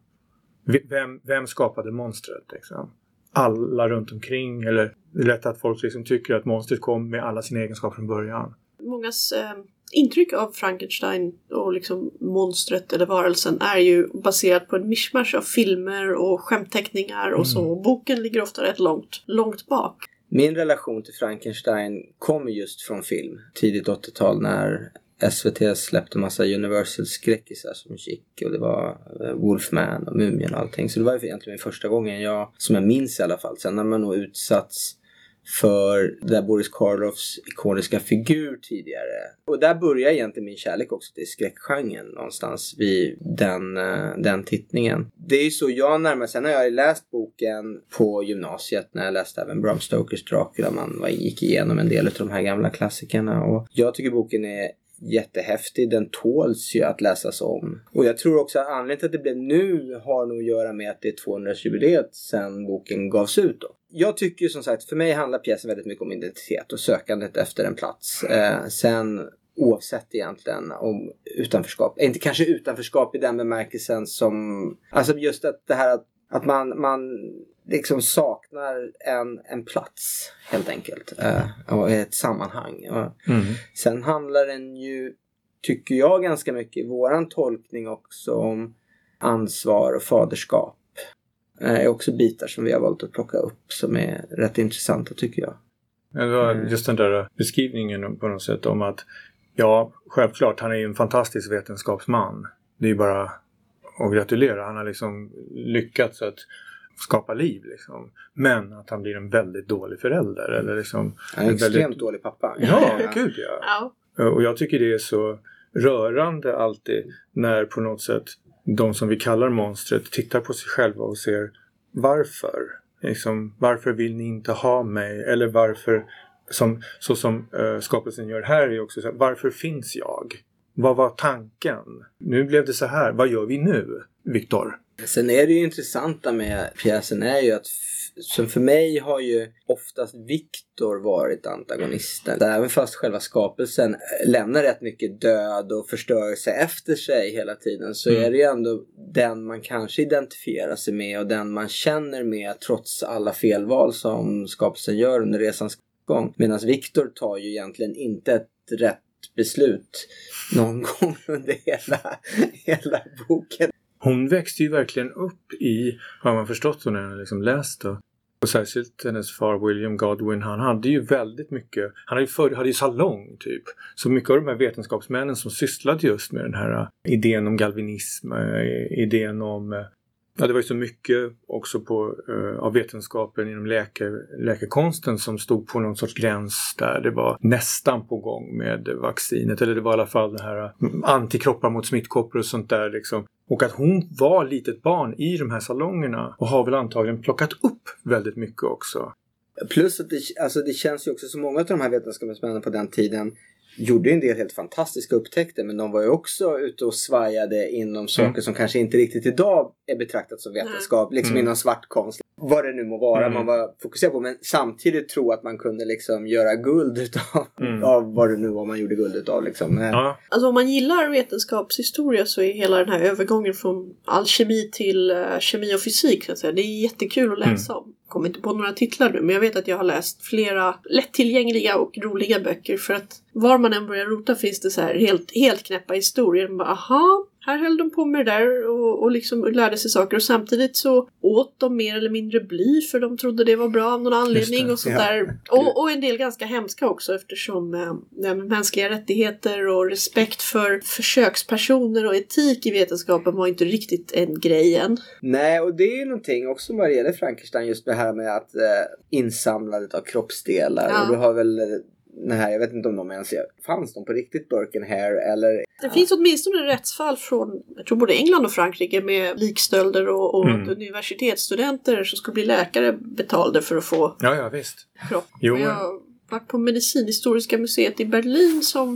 Vem skapade monstret liksom? Alla runt omkring, eller det är lätt att folk liksom tycker att monstret kom med alla sina egenskaper från början. Mångas intryck av Frankenstein och liksom monstret eller varelsen är ju baserat på en mishmash av filmer och skämtteckningar och så. Boken ligger ofta rätt långt bak. Min relation till Frankenstein kommer just från film. Tidigt 80-tal när SVT släppte massa Universal skräckisar som gick, och det var Wolfman och Mumien och allting. Så det var egentligen första gången som jag minns i alla fall. Sen har man nog utsatts för det där Boris Karloffs ikoniska figur tidigare. Och där börjar egentligen min kärlek också till skräckgenren någonstans vid den tittningen. Det är ju så jag närmar. Sen har jag läst boken på gymnasiet när jag läste även Bram Stokers Dracula. Man gick igenom en del av de här gamla klassikerna, och jag tycker boken är jättehäftig. Den tåls ju att läsas om. Och jag tror också att anledningen till att det blev nu har nog att göra med att det är 200-årsjubileet sedan boken gavs ut då. Jag tycker som sagt, för mig handlar pjäsen väldigt mycket om identitet och sökandet efter en plats. Sen oavsett egentligen om utanförskap. Inte kanske utanförskap i den bemärkelsen som... Alltså just att det här att man liksom saknar en plats helt enkelt. Och ett sammanhang. Sen handlar den ju, tycker jag, ganska mycket i våran tolkning också om ansvar och faderskap. Är också bitar som vi har valt att plocka upp som är rätt intressanta, tycker jag. Det var just den där beskrivningen på något sätt om att ja, självklart, han är ju en fantastisk vetenskapsman. Det är ju bara att gratulera. Han har liksom lyckats att skapa liv liksom. Men att han blir en väldigt dålig förälder. Eller liksom en extremt dålig pappa. Ja, gud ja. Och jag tycker det är så rörande alltid när på något sätt de som vi kallar monstret tittar på sig själva och ser varför? Liksom, varför vill ni inte ha mig? Eller varför, som skapelsen gör här är också så här, varför finns jag? Vad var tanken? Nu blev det så här. Vad gör vi nu, Viktor? Sen är det ju intressanta med pjäsen är ju att som för mig har ju oftast Viktor varit antagonisten. Även fast själva skapelsen lämnar rätt mycket död och förstörelse efter sig hela tiden, så är det ju ändå den man kanske identifierar sig med och den man känner med trots alla felval som skapelsen gör under resans gång. Medan Viktor tar ju egentligen inte ett rätt beslut någon gång under hela boken. Hon växte ju verkligen upp i, har man förstått när jag liksom läste. Och särskilt hennes far William Godwin, han hade ju väldigt mycket, han hade ju salong typ. Så mycket av de här vetenskapsmännen som sysslade just med den här idén om galvanism, idén om... Ja, det var ju så mycket också av vetenskapen inom läkekonsten som stod på någon sorts gräns där det var nästan på gång med vaccinet. Eller det var i alla fall det här antikroppar mot smittkoppor och sånt där liksom. Och att hon var litet barn i de här salongerna och har väl antagligen plockat upp väldigt mycket också. Plus att det känns ju också så många av de här vetenskapsmännen på den tiden gjorde en del helt fantastiska upptäckter, men de var ju också ute och svajade inom saker som kanske inte riktigt idag är betraktat som vetenskap, liksom inom svartkonst, vad det nu må vara man var fokuserad på, men samtidigt tro att man kunde liksom göra guld av vad det nu var man gjorde guld utav liksom. Alltså om man gillar vetenskapshistoria så är hela den här övergången från alkemi till kemi och fysik så att säga, det är jättekul att läsa om. Jag kommer inte på några titlar nu, men jag vet att jag har läst flera lättillgängliga och roliga böcker, för att var man än börjar rota finns det så här helt knäppa historier. Man bara, aha, här höll de på med det där och liksom lärde sig saker, och samtidigt så åt de mer eller mindre bly för de trodde det var bra av någon anledning och sånt där. Och en del ganska hemska också, eftersom mänskliga rättigheter och respekt för försökspersoner och etik i vetenskapen var inte riktigt en grej än. Nej, och det är ju någonting också vad det gäller Frankenstein, just det här med att insamlandet av kroppsdelar. Och du har väl... Nej, jag vet inte om de ens fanns de på riktigt, Birkenhair eller... Det finns åtminstone rättsfall från, jag tror både England och Frankrike, med likstölder och universitetsstudenter som skulle bli läkare betalade för att få ja visst. kropp. Jag har varit på Medicinhistoriska museet i Berlin som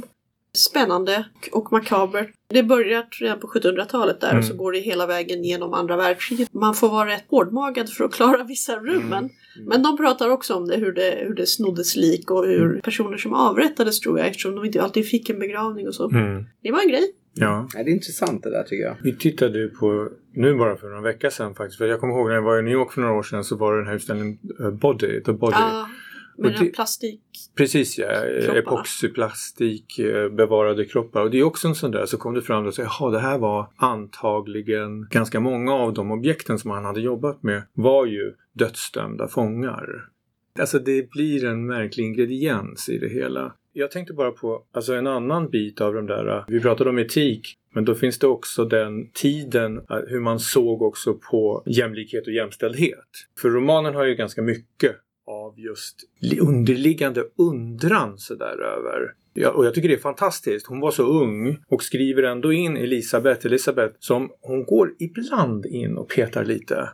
spännande och makabert. Det börjar redan på 1700-talet där och så går det hela vägen genom andra världskriget. Man får vara rätt hårdmagad för att klara vissa rummen. Men de pratar också om det, hur det snoddes lik och hur personer som avrättades, tror jag, eftersom de inte alltid fick en begravning och så. Det var en grej. Ja. Det är intressant det där, tycker jag. Vi tittade på, nu bara för några veckor sedan faktiskt, för jag kommer ihåg när jag var i New York för några år sedan, så var det den här utställningen The Body. Med den här plastik. Precis, ja. Epoxyplastik, bevarade kroppar. Och det är också en sån där, så kom det fram och sa, jaha, det här var antagligen ganska många av de objekten som han hade jobbat med var ju dödsdömda fångar. Alltså det blir en märklig ingrediens i det hela. Jag tänkte bara på en annan bit av de där, vi pratade om etik, men då finns det också den tiden hur man såg också på jämlikhet och jämställdhet. För romanen har ju ganska mycket av just underliggande undran så där över. Ja, och jag tycker det är fantastiskt. Hon var så ung och skriver ändå in Elisabeth som hon går ibland in och petar lite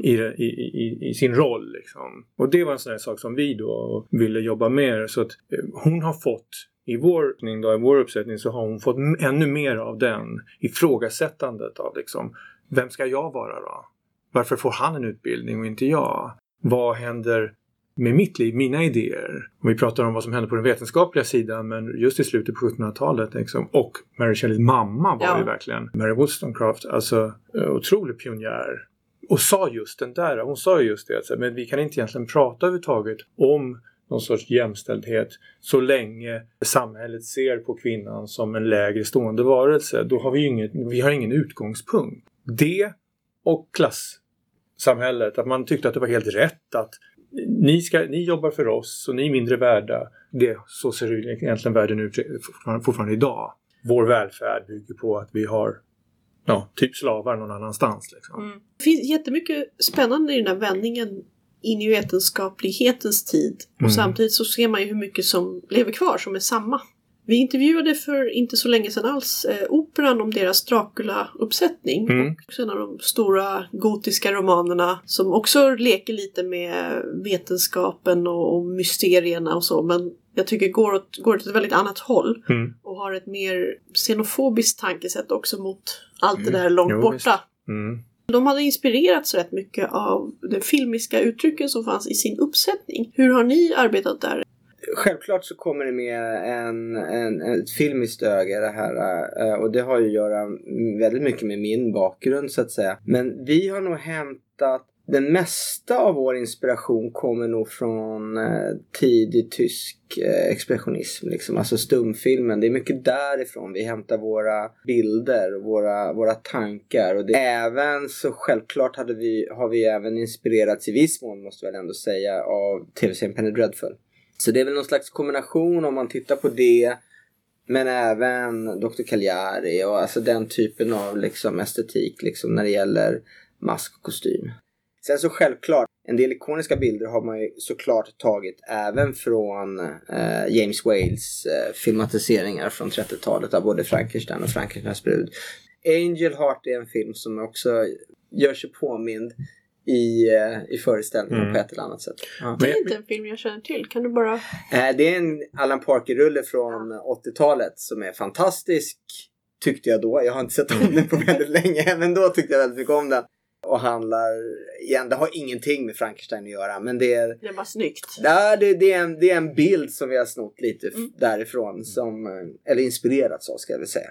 i sin roll. Liksom. Och det var en sån här sak som vi då ville jobba med. Så att hon har fått, i vår uppsättning så har hon fått ännu mer av den ifrågasättandet av liksom, vem ska jag vara då? Varför får han en utbildning och inte jag? Vad händer med mitt liv, mina idéer? Och vi pratar om vad som hände på den vetenskapliga sidan, men just i slutet på 1700-talet liksom, och Mary Shelleys mamma var ju verkligen Mary Wollstonecraft, alltså otrolig pionjär. Och hon sa just det, alltså, men vi kan inte egentligen prata överhuvudtaget om någon sorts jämställdhet så länge samhället ser på kvinnan som en lägre stående varelse. Då har vi har ingen utgångspunkt. Det och klassamhället, att man tyckte att det var helt rätt att ni jobbar för oss och ni är mindre värda. Så ser det egentligen världen ut fortfarande idag. Vår välfärd bygger på att vi har typ slavar någon annanstans. Liksom. Det finns jättemycket spännande i den här vändningen in i vetenskaplighetens tid. Och samtidigt så ser man ju hur mycket som lever kvar som är samma. Vi intervjuade för inte så länge sedan alls operan om deras Dracula-uppsättning. Och sen av de stora gotiska romanerna som också leker lite med vetenskapen och mysterierna och så. Men jag tycker går åt ett väldigt annat håll. Och har ett mer xenofobiskt tankesätt också mot allt det där långt borta. De hade inspirerats rätt mycket av de filmiska uttrycken som fanns i sin uppsättning. Hur har ni arbetat där? Självklart så kommer det med ett filmiskt öga det här, och det har ju att göra väldigt mycket med min bakgrund så att säga. Men vi har nog hämtat den mesta av vår inspiration kommer nog från tidig tysk expressionism liksom, alltså stumfilmen. Det är mycket därifrån vi hämtar våra bilder och våra tankar, och det även så självklart har vi även inspirerats i viss mån, måste jag väl ändå säga, av tv-serien Penny Dreadful. Så det är väl någon slags kombination om man tittar på det, men även Dr. Caligari och alltså den typen av liksom estetik liksom när det gäller mask och kostym. Sen så självklart, en del ikoniska bilder har man ju såklart tagit även från James Whales filmatiseringar från 30-talet av både Frankenstein och Frankensteins brud. Angel Heart är en film som också gör sig påmind i föreställningen på ett eller annat sätt. Ja. Det är inte en film jag känner till. Kan du bara... Det är en Alan Parker-rulle från 80-talet som är fantastisk, tyckte jag då. Jag har inte sett om den på väldigt länge, men då tyckte jag väldigt mycket om den. Och handlar, igen, det har ingenting med Frankenstein att göra, men det är bara snyggt. Ja, det är en bild som vi har snott lite därifrån, som, eller inspirerats av, ska jag väl säga.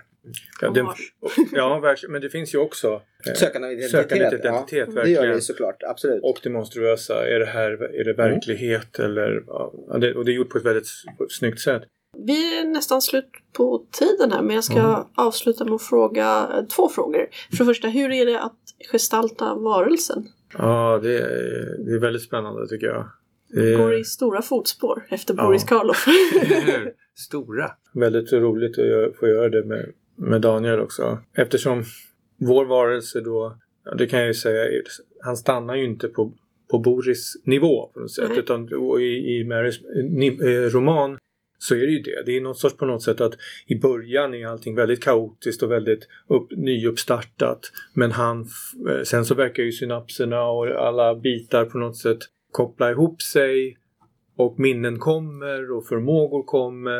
Ja, verkligen, men det finns ju också sökande av identitet, verkligen. Det gör det såklart, absolut. Och det monstruösa, är det verklighet eller, och det är gjort på ett väldigt snyggt sätt. Vi är nästan slut på tiden här, men jag ska avsluta med att fråga 2 frågor. För det första, hur är det att gestalta varelsen? Ja, det är väldigt spännande tycker jag. Går i stora fotspår efter Boris Karloff. Stora. Väldigt roligt att få göra det med Daniel också. Eftersom vår varelse då, det kan jag ju säga, han stannar ju inte på Boris nivå på något sätt. Utan i Marys roman så är det ju det. Det är något sorts på något sätt att i början är allting väldigt kaotiskt och väldigt nyuppstartat. Men sen så verkar ju synapserna och alla bitar på något sätt koppla ihop sig. Och minnen kommer och förmågor kommer.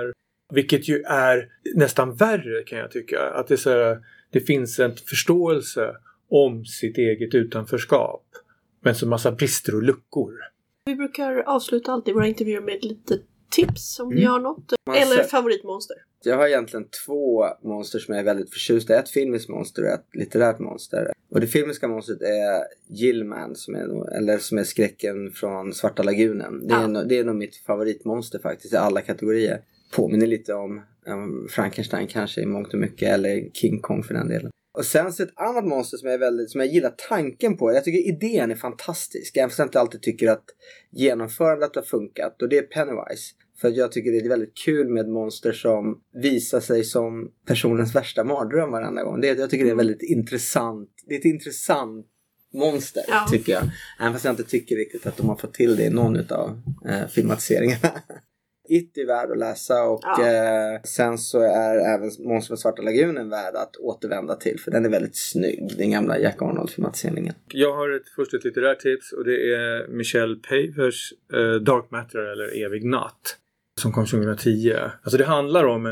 Vilket ju är nästan värre, kan jag tycka. Att det, är så här, det finns en förståelse om sitt eget utanförskap. Men så massa brister och luckor. Vi brukar avsluta alltid våra intervjuer med lite tips om ni har något. Eller favoritmonster. Jag har egentligen 2 monster som jag är väldigt förtjust i. Ett filmiskt monster och ett litterärt monster. Och det filmiska monstret är Gillman, som är skräcken från Svarta lagunen. Det är nog mitt favoritmonster faktiskt i alla kategorier. Påminner lite om Frankenstein kanske i mångt och mycket, eller King Kong för den delen. Och sen så ett annat monster som jag gillar tanken på. Jag tycker idén är fantastisk. Jag inte alltid tycker att genomförandet har funkat. Och det är Pennywise. För jag tycker det är väldigt kul med monster som visar sig som personens värsta mardröm varenda gång. Jag tycker det är väldigt intressant. Det är ett intressant monster, tycker jag. Även fast jag inte tycker riktigt att de har fått till det i någon av filmatiseringarna. It är värd att läsa och sen så är även Monster från Svarta lagunen värd att återvända till, för den är väldigt snygg, den gamla Jack Arnold-filmatiseringen. Jag har först ett litterärt tips och det är Michelle Pavers Dark Matter eller Evig natt som kom 2010. Alltså det handlar om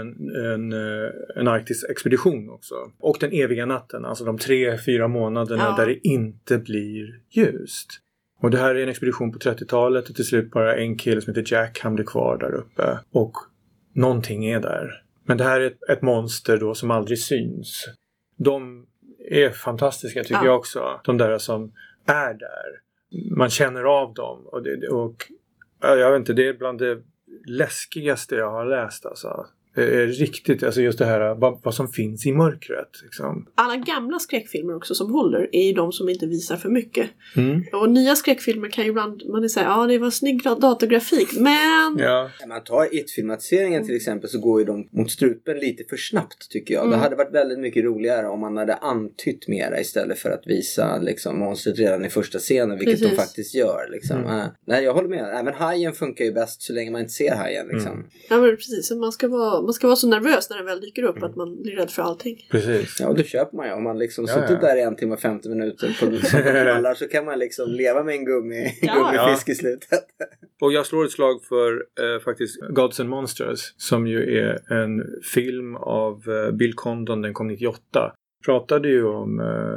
en arktisk expedition också. Och den eviga natten, alltså de 3-4 månaderna där det inte blir ljust. Och det här är en expedition på 30-talet och till slut bara en kille som heter Jack, han blir kvar där uppe. Och någonting är där. Men det här är ett monster då som aldrig syns. De är fantastiska tycker jag också. De där som är där. Man känner av dem. Och jag vet inte, det är bland det läskigaste jag har läst alltså. Det är riktigt, alltså just det här vad som finns i mörkret liksom. Alla gamla skräckfilmer också som håller är ju de som inte visar för mycket. Och nya skräckfilmer kan ju ibland man säga det var snygg datorgrafik, men när man tar It-filmatiseringen till exempel så går ju de mot strupen lite för snabbt tycker jag. Det hade varit väldigt mycket roligare om man hade antytt mera istället för att visa liksom monstret redan i första scenen, vilket de faktiskt gör liksom. Nej, jag håller med. Även hajen funkar ju bäst så länge man inte ser hajen liksom. Ja, men precis. Man ska vara så nervös när den väl dyker upp att man blir rädd för allting. Precis. Ja, och då köper man ju. Om man liksom suttit där i 1 timme och 50 minuter på kvällar så kan man liksom leva med en gummifisk i slutet. Och jag slår ett slag för faktiskt Gods and Monsters som ju är en film av Bill Condon, den kom 98. Pratade ju om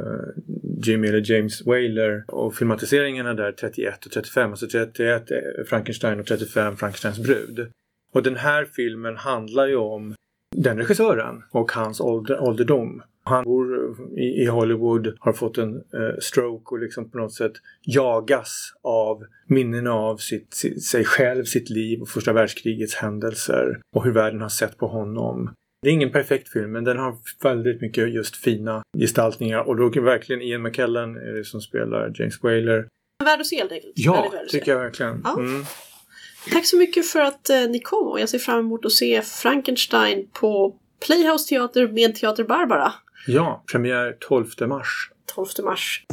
Jimmy eller James Whaler och filmatiseringarna där 31 och 35. Alltså 31 Frankenstein och 35 Frankensteins brud. Och den här filmen handlar ju om den regissören och hans ålderdom. Han bor i Hollywood, har fått en stroke och liksom på något sätt jagas av minnen av sig själv, sitt liv och första världskrigets händelser och hur världen har sett på honom. Det är ingen perfekt film, men den har väldigt mycket just fina gestaltningar och då verkligen Ian McKellen är det som spelar James Whaler. Värd att se helt enkelt. Ja, tycker jag verkligen. Ja. Tack så mycket för att ni kom och jag ser fram emot att se Frankenstein på Playhouse Teater med Teater Barbara. Ja, premiär 12 mars. 12 mars.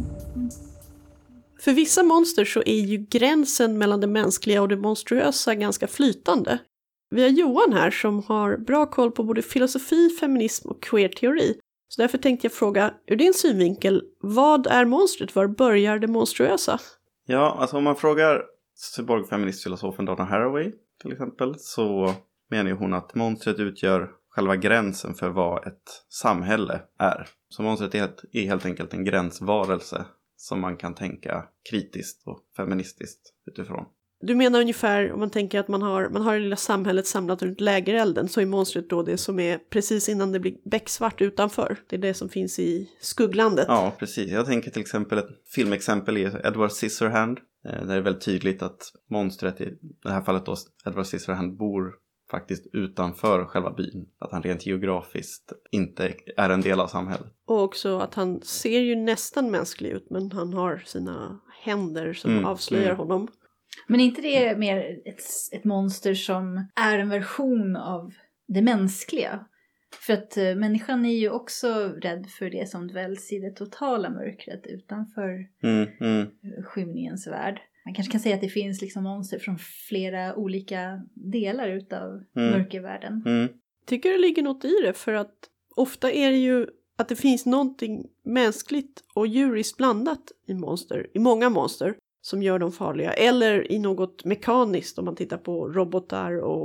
För vissa monster så är ju gränsen mellan det mänskliga och det monstruösa ganska flytande. Vi har Johan här som har bra koll på både filosofi, feminism och queer-teori. Så därför tänkte jag fråga, ur din synvinkel, vad är monstret? Var börjar det monstruösa? Ja, alltså om man frågar cyborg-feministfilosofen Donna Haraway till exempel så menar hon att monstret utgör själva gränsen för vad ett samhälle är. Så monstret är helt enkelt en gränsvarelse som man kan tänka kritiskt och feministiskt utifrån. Du menar ungefär, om man tänker att man har det lilla samhället samlat runt lägerelden, så är monstret då det som är precis innan det blir becksvart utanför. Det är det som finns i skugglandet. Ja, precis. Jag tänker till exempel ett filmexempel är Edward Scissorhand. Där det är väldigt tydligt att monstret i det här fallet då, Edward Scissorhand, bor faktiskt utanför själva byn. Att han rent geografiskt inte är en del av samhället. Och också att han ser ju nästan mänsklig ut, men han har sina händer som avslöjar honom. Men är inte det mer ett monster som är en version av det mänskliga? För att människan är ju också rädd för det som dväljs i det totala mörkret utanför skymningens värld. Man kanske kan säga att det finns liksom monster från flera olika delar utav mörkervärlden. Tycker det ligger något i det, för att ofta är det ju att det finns någonting mänskligt och djuriskt blandat i många monster som gör dem farliga. Eller i något mekaniskt, om man tittar på robotar och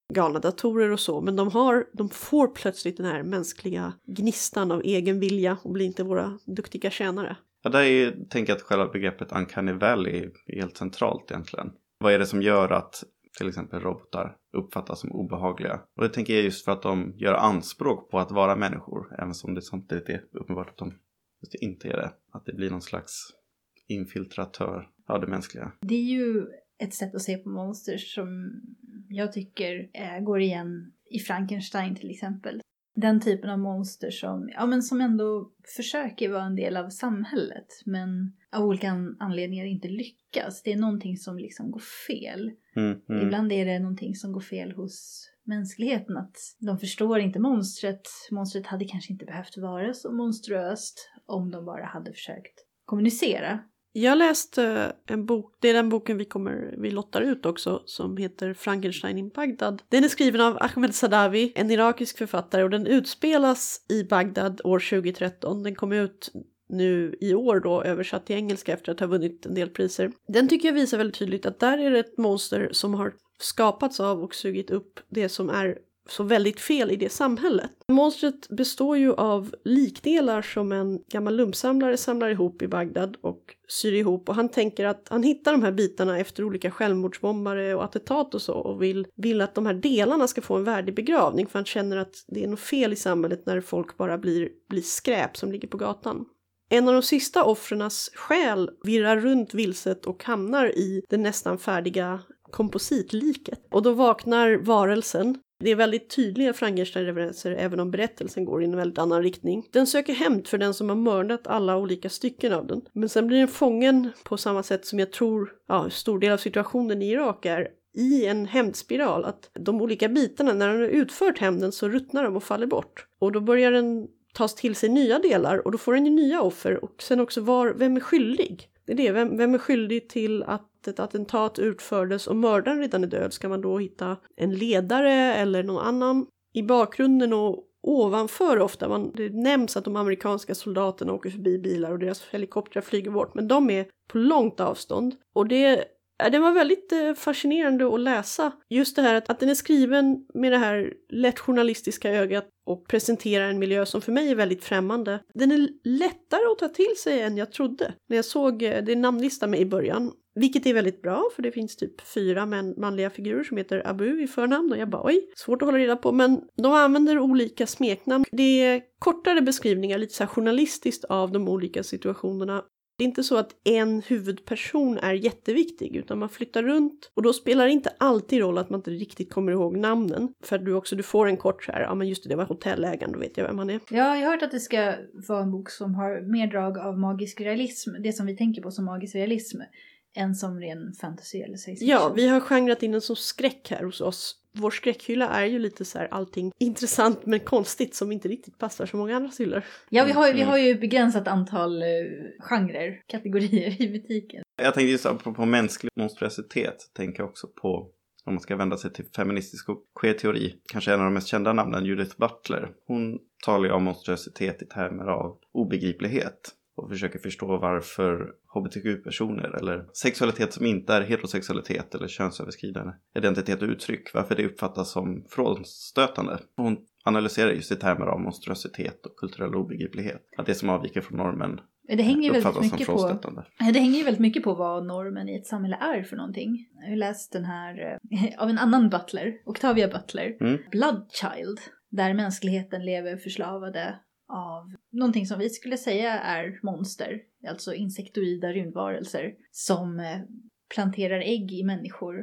galna datorer och så. Men de får plötsligt den här mänskliga gnistan av egen vilja och blir inte våra duktiga tjänare. Ja, där tänker jag att själva begreppet Uncanny Valley är helt centralt egentligen. Vad är det som gör att till exempel robotar uppfattas som obehagliga? Och det tänker jag just för att de gör anspråk på att vara människor. Även som det samtidigt är uppenbart att de just inte är det. Att det blir någon slags infiltratör av det mänskliga. Det är ju ett sätt att se på monster som jag tycker går igen i Frankenstein till exempel. Den typen av monster som ändå försöker vara en del av samhället men av olika anledningar inte lyckas. Det är någonting som liksom går fel. Ibland är det någonting som går fel hos mänskligheten. Att de förstår inte monstret. Monstret hade kanske inte behövt vara så monstruöst om de bara hade försökt kommunicera. Jag läste en bok, det är den boken vi lottar ut också, som heter Frankenstein in Bagdad. Den är skriven av Ahmed Sadawi, en irakisk författare, och den utspelas i Bagdad år 2013. Den kom ut nu i år då, översatt till engelska efter att ha vunnit en del priser. Den tycker jag visar väldigt tydligt att där är det ett monster som har skapats av och sugit upp det som är så väldigt fel i det samhället. Monstret består ju av likdelar som en gammal lumpsamlare samlar ihop i Bagdad och syr ihop. Och han tänker att han hittar de här bitarna efter olika självmordsbombare och attentat och så. Och vill att de här delarna ska få en värdig begravning. För han känner att det är något fel i samhället när folk bara blir skräp som ligger på gatan. En av de sista offrenas själ virrar runt vilset och hamnar i det nästan färdiga kompositliket. Och då vaknar varelsen. Det är väldigt tydliga Frankenstein-referenser även om berättelsen går i en väldigt annan riktning. Den söker hämnd för den som har mördat alla olika stycken av den. Men sen blir den fången på samma sätt som jag tror stor del av situationen i Irak är i en hämndspiral. Att de olika bitarna, när den har utfört hämnden så ruttnar de och faller bort. Och då börjar den tas till sig nya delar och då får den ju nya offer. Och sen också vem är skyldig? Det är det, vem är skyldig till att ett attentat utfördes och mördaren redan är död? Ska man då hitta en ledare eller någon annan? I bakgrunden och ovanför ofta, det nämns att de amerikanska soldaterna åker förbi bilar och deras helikoptrar flyger bort. Men de är på långt avstånd. Och det var väldigt fascinerande att läsa. Just det här att den är skriven med det här lätt journalistiska ögat och presenterar en miljö som för mig är väldigt främmande. Den är lättare att ta till sig än jag trodde. När jag såg det namnlista med i början. Vilket är väldigt bra, för det finns typ 4 manliga figurer som heter Abu i förnamn. Och jag bara, svårt att hålla reda på. Men de använder olika smeknamn. Det är kortare beskrivningar, lite så här journalistiskt av de olika situationerna. Det är inte så att en huvudperson är jätteviktig, utan man flyttar runt. Och då spelar det inte alltid roll att man inte riktigt kommer ihåg namnen. För att du får en kort så här, men just det var hotellägaren, då vet jag vem han är. Ja, jag har hört att det ska vara en bok som har mer drag av magisk realism. Det som vi tänker på som magisk realism. Än som ren fantasy eller science fiction. Ja, vi har genrat in en som skräck här hos oss. Vår skräckhylla är ju lite så här allting intressant men konstigt som inte riktigt passar så många andra hyllor. Ja, vi har ju begränsat antal genrer, kategorier i butiken. Jag tänkte just på mänsklig monstruositet. Tänker också på, om man ska vända sig till feministisk och queer-teori, kanske en av de mest kända namnen, Judith Butler. Hon talar ju om monstruositet i termer av obegriplighet. Och försöker förstå varför hbtq-personer eller sexualitet som inte är heterosexualitet eller könsöverskridande identitet och uttryck, varför det uppfattas som frånstötande. Hon analyserar just i termer av monstruositet och kulturell obegriplighet. Att det som avviker från normen uppfattas som frånstötande. Det hänger ju väldigt mycket på vad normen i ett samhälle är för någonting. Jag har läst den här av en annan Butler, Octavia Butler, Bloodchild, där mänskligheten lever förslavade av någonting som vi skulle säga är monster, alltså insektoida rymdvarelser som planterar ägg i människor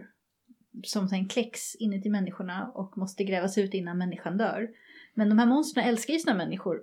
som sen kläcks inuti människorna och måste grävas ut innan människan dör. Men de här monsterna älskar ju sina människor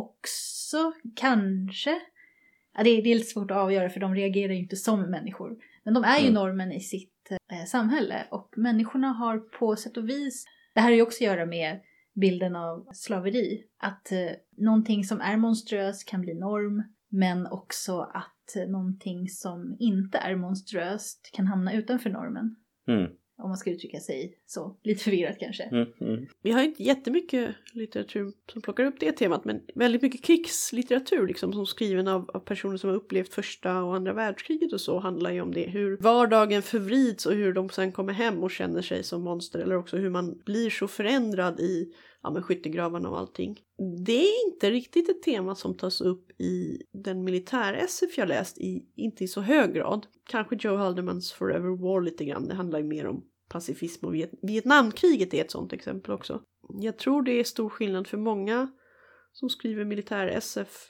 också, kanske. Ja, det är lite svårt att avgöra för de reagerar ju inte som människor. Men de är ju normen i sitt samhälle och människorna har på sätt och vis, det här har ju också att göra med bilden av slaveri. Att någonting som är monstruöst kan bli norm. Men också att någonting som inte är monstruöst kan hamna utanför normen. Om man ska uttrycka sig så. Lite förvirrat kanske. Vi har inte jättemycket litteratur som plockar upp det temat. Men väldigt mycket krigslitteratur liksom, som skriven av personer som har upplevt första och andra världskriget och så. Handlar ju om det. Hur vardagen förvrids och hur de sen kommer hem och känner sig som monster. Eller också hur man blir så förändrad i skyttegravarna och allting. Det är inte riktigt ett tema som tas upp i den militär-SF jag läst inte i så hög grad. Kanske Joe Haldeman's Forever War lite grann. Det handlar ju mer om pacifism och Vietnamkriget är ett sånt exempel också. Jag tror det är stor skillnad för många som skriver militär-SF.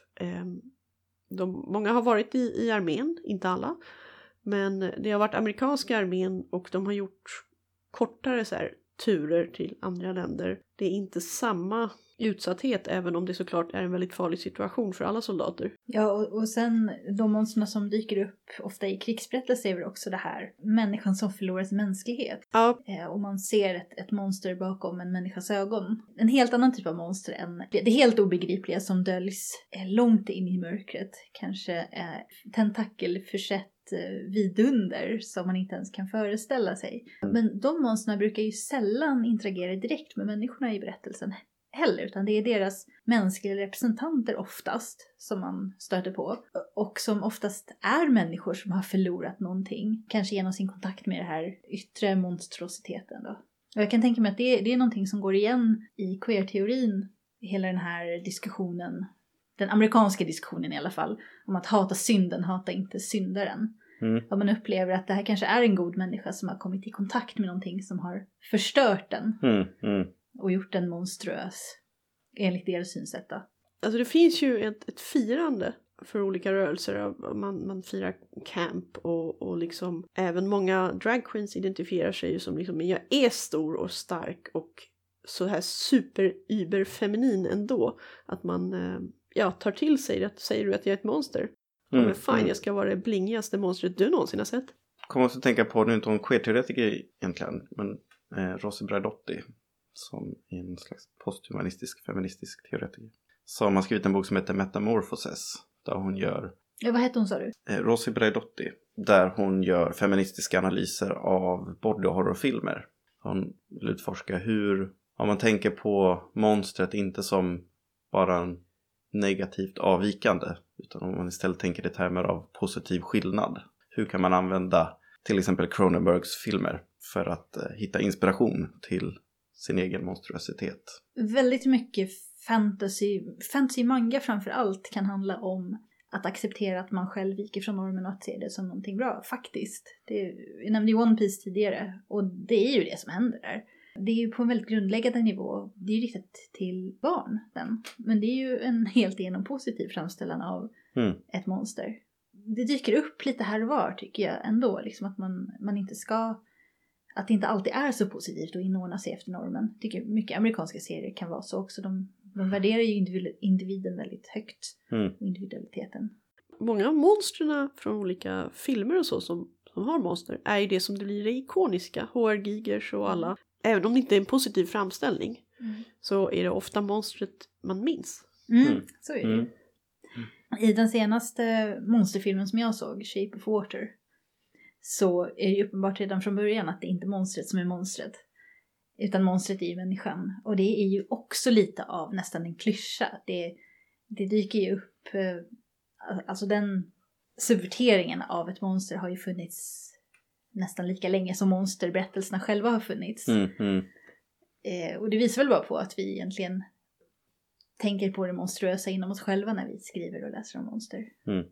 Många har varit i armén, inte alla. Men det har varit amerikanska armén och de har gjort kortare så här turer till andra länder. Det är inte samma utsatthet, även om det såklart är en väldigt farlig situation för alla soldater. Ja, och sen de monsterna som dyker upp ofta i krigsberättelser är väl också det här människan som förlorar sin mänsklighet. Ja. Och man ser ett monster bakom en människas ögon. En helt annan typ av monster än det helt obegripliga som döljs långt in i mörkret. Kanske tentakelförsett vidunder som man inte ens kan föreställa sig. Men de monsterna brukar ju sällan interagera direkt med människorna i berättelsen heller, utan det är deras mänskliga representanter oftast som man stöter på, och som oftast är människor som har förlorat någonting, kanske genom sin kontakt med det här yttre monstrositeten då. Och jag kan tänka mig att det är någonting som går igen i queer-teorin, hela den här diskussionen, den amerikanska diskussionen i alla fall, om att hata synden, hata inte syndaren. Och man upplever att det här kanske är en god människa som har kommit i kontakt med någonting som har förstört den. Och gjort den monstruös. Enligt deras synsätt då. Alltså det finns ju ett firande för olika rörelser. Man firar camp och liksom även många drag queens identifierar sig ju som liksom, men jag är stor och stark och så här super-yber-feminin ändå. Att man tar till sig det. Säger du att jag är ett monster? Men fine, jag ska vara det blingigaste monstret du någonsin har sett. Kommer också tänka på, nu inte om queer-teoretiker egentligen, men Rosi Braidotti, som är en slags posthumanistisk, feministisk teoretiker, som har skrivit en bok som heter Metamorphoses, där hon gör... vad heter hon, sa du? Rosi Braidotti, där hon gör feministiska analyser av body horrorfilmer. Hon vill utforska hur, om man tänker på monstret inte som bara negativt avvikande, utan om man istället tänker i termer av positiv skillnad. Hur kan man använda till exempel Cronenbergs filmer för att hitta inspiration till sin egen monstruositet? Väldigt mycket fantasy manga framför allt kan handla om att acceptera att man själv viker från normen och att se det som någonting bra, faktiskt. Vi nämnde ju One Piece tidigare, och det är ju det som händer där. Det är ju på en väldigt grundläggande nivå. Det är ju riktat till barn, den. Men det är ju en helt igenom positiv framställan av ett monster. Det dyker upp lite här och var, tycker jag ändå. Liksom att man inte ska... Att det inte alltid är så positivt att inordna sig efter normen. Jag tycker mycket amerikanska serier kan vara så också. De värderar ju individen väldigt högt. Och individualiteten. Många av monsterna från olika filmer och så som har monster är ju det som blir det ikoniska. H.R. Gigers och alla. Även om det inte är en positiv framställning så är det ofta monstret man minns. Så är det. I den senaste monsterfilmen som jag såg, Shape of Water, så är det ju uppenbart redan från början att det är inte monstret som är monstret, utan monstret är ju människan. Och det är ju också lite av nästan en klyscha. Det dyker ju upp, alltså den subverteringen av ett monster har ju funnits nästan lika länge som monsterberättelserna själva har funnits. Och det visar väl bara på att vi egentligen tänker på det monstruösa inom oss själva när vi skriver och läser om monster.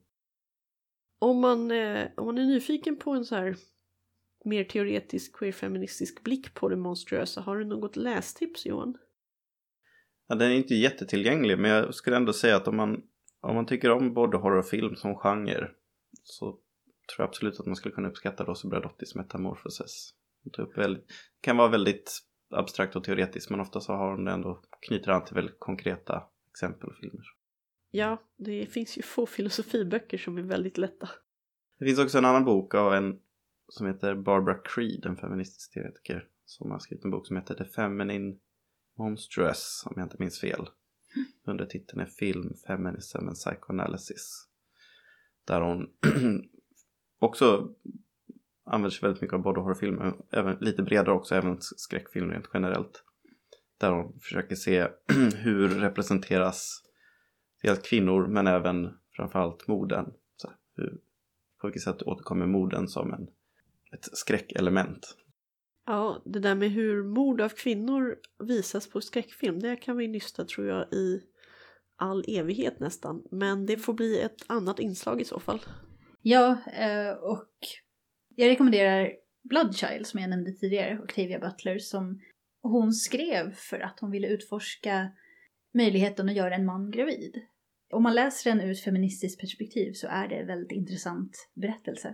Om man är nyfiken på en så här mer teoretisk queer-feministisk blick på det monstruösa, har du något lästips, Johan? Ja, den är inte jättetillgänglig, men jag skulle ändå säga att om man tycker om både horrorfilm som genre, så tror jag absolut att man skulle kunna uppskatta Rosi Braidottis Metamorphoses. Det kan vara väldigt abstrakt och teoretiskt, men ofta så har hon ändå knyter an till väldigt konkreta exempel och filmer. Ja, det finns ju få filosofiböcker som är väldigt lätta. Det finns också en annan bok av en som heter Barbara Creed, en feministisk teoretiker, som har skrivit en bok som heter The Feminine Monstrous, om jag inte minns fel. Under titeln är Film, Feminism and Psychoanalysis. Där hon också använder sig väldigt mycket av både horrorfilmer, även lite bredare också, även skräckfilm rent generellt. Där de försöker se hur representeras dels kvinnor men även framförallt morden. Så på vilket sätt återkommer morden som ett skräckelement. Ja, det där med hur mord av kvinnor visas på skräckfilm, det kan vi nysta tror jag i all evighet nästan. Men det får bli ett annat inslag i så fall. Ja, och jag rekommenderar Bloodchild som jag nämnde tidigare, Octavia Butler, som hon skrev för att hon ville utforska möjligheten att göra en man gravid. Om man läser den ur ett feministiskt perspektiv så är det en väldigt intressant berättelse.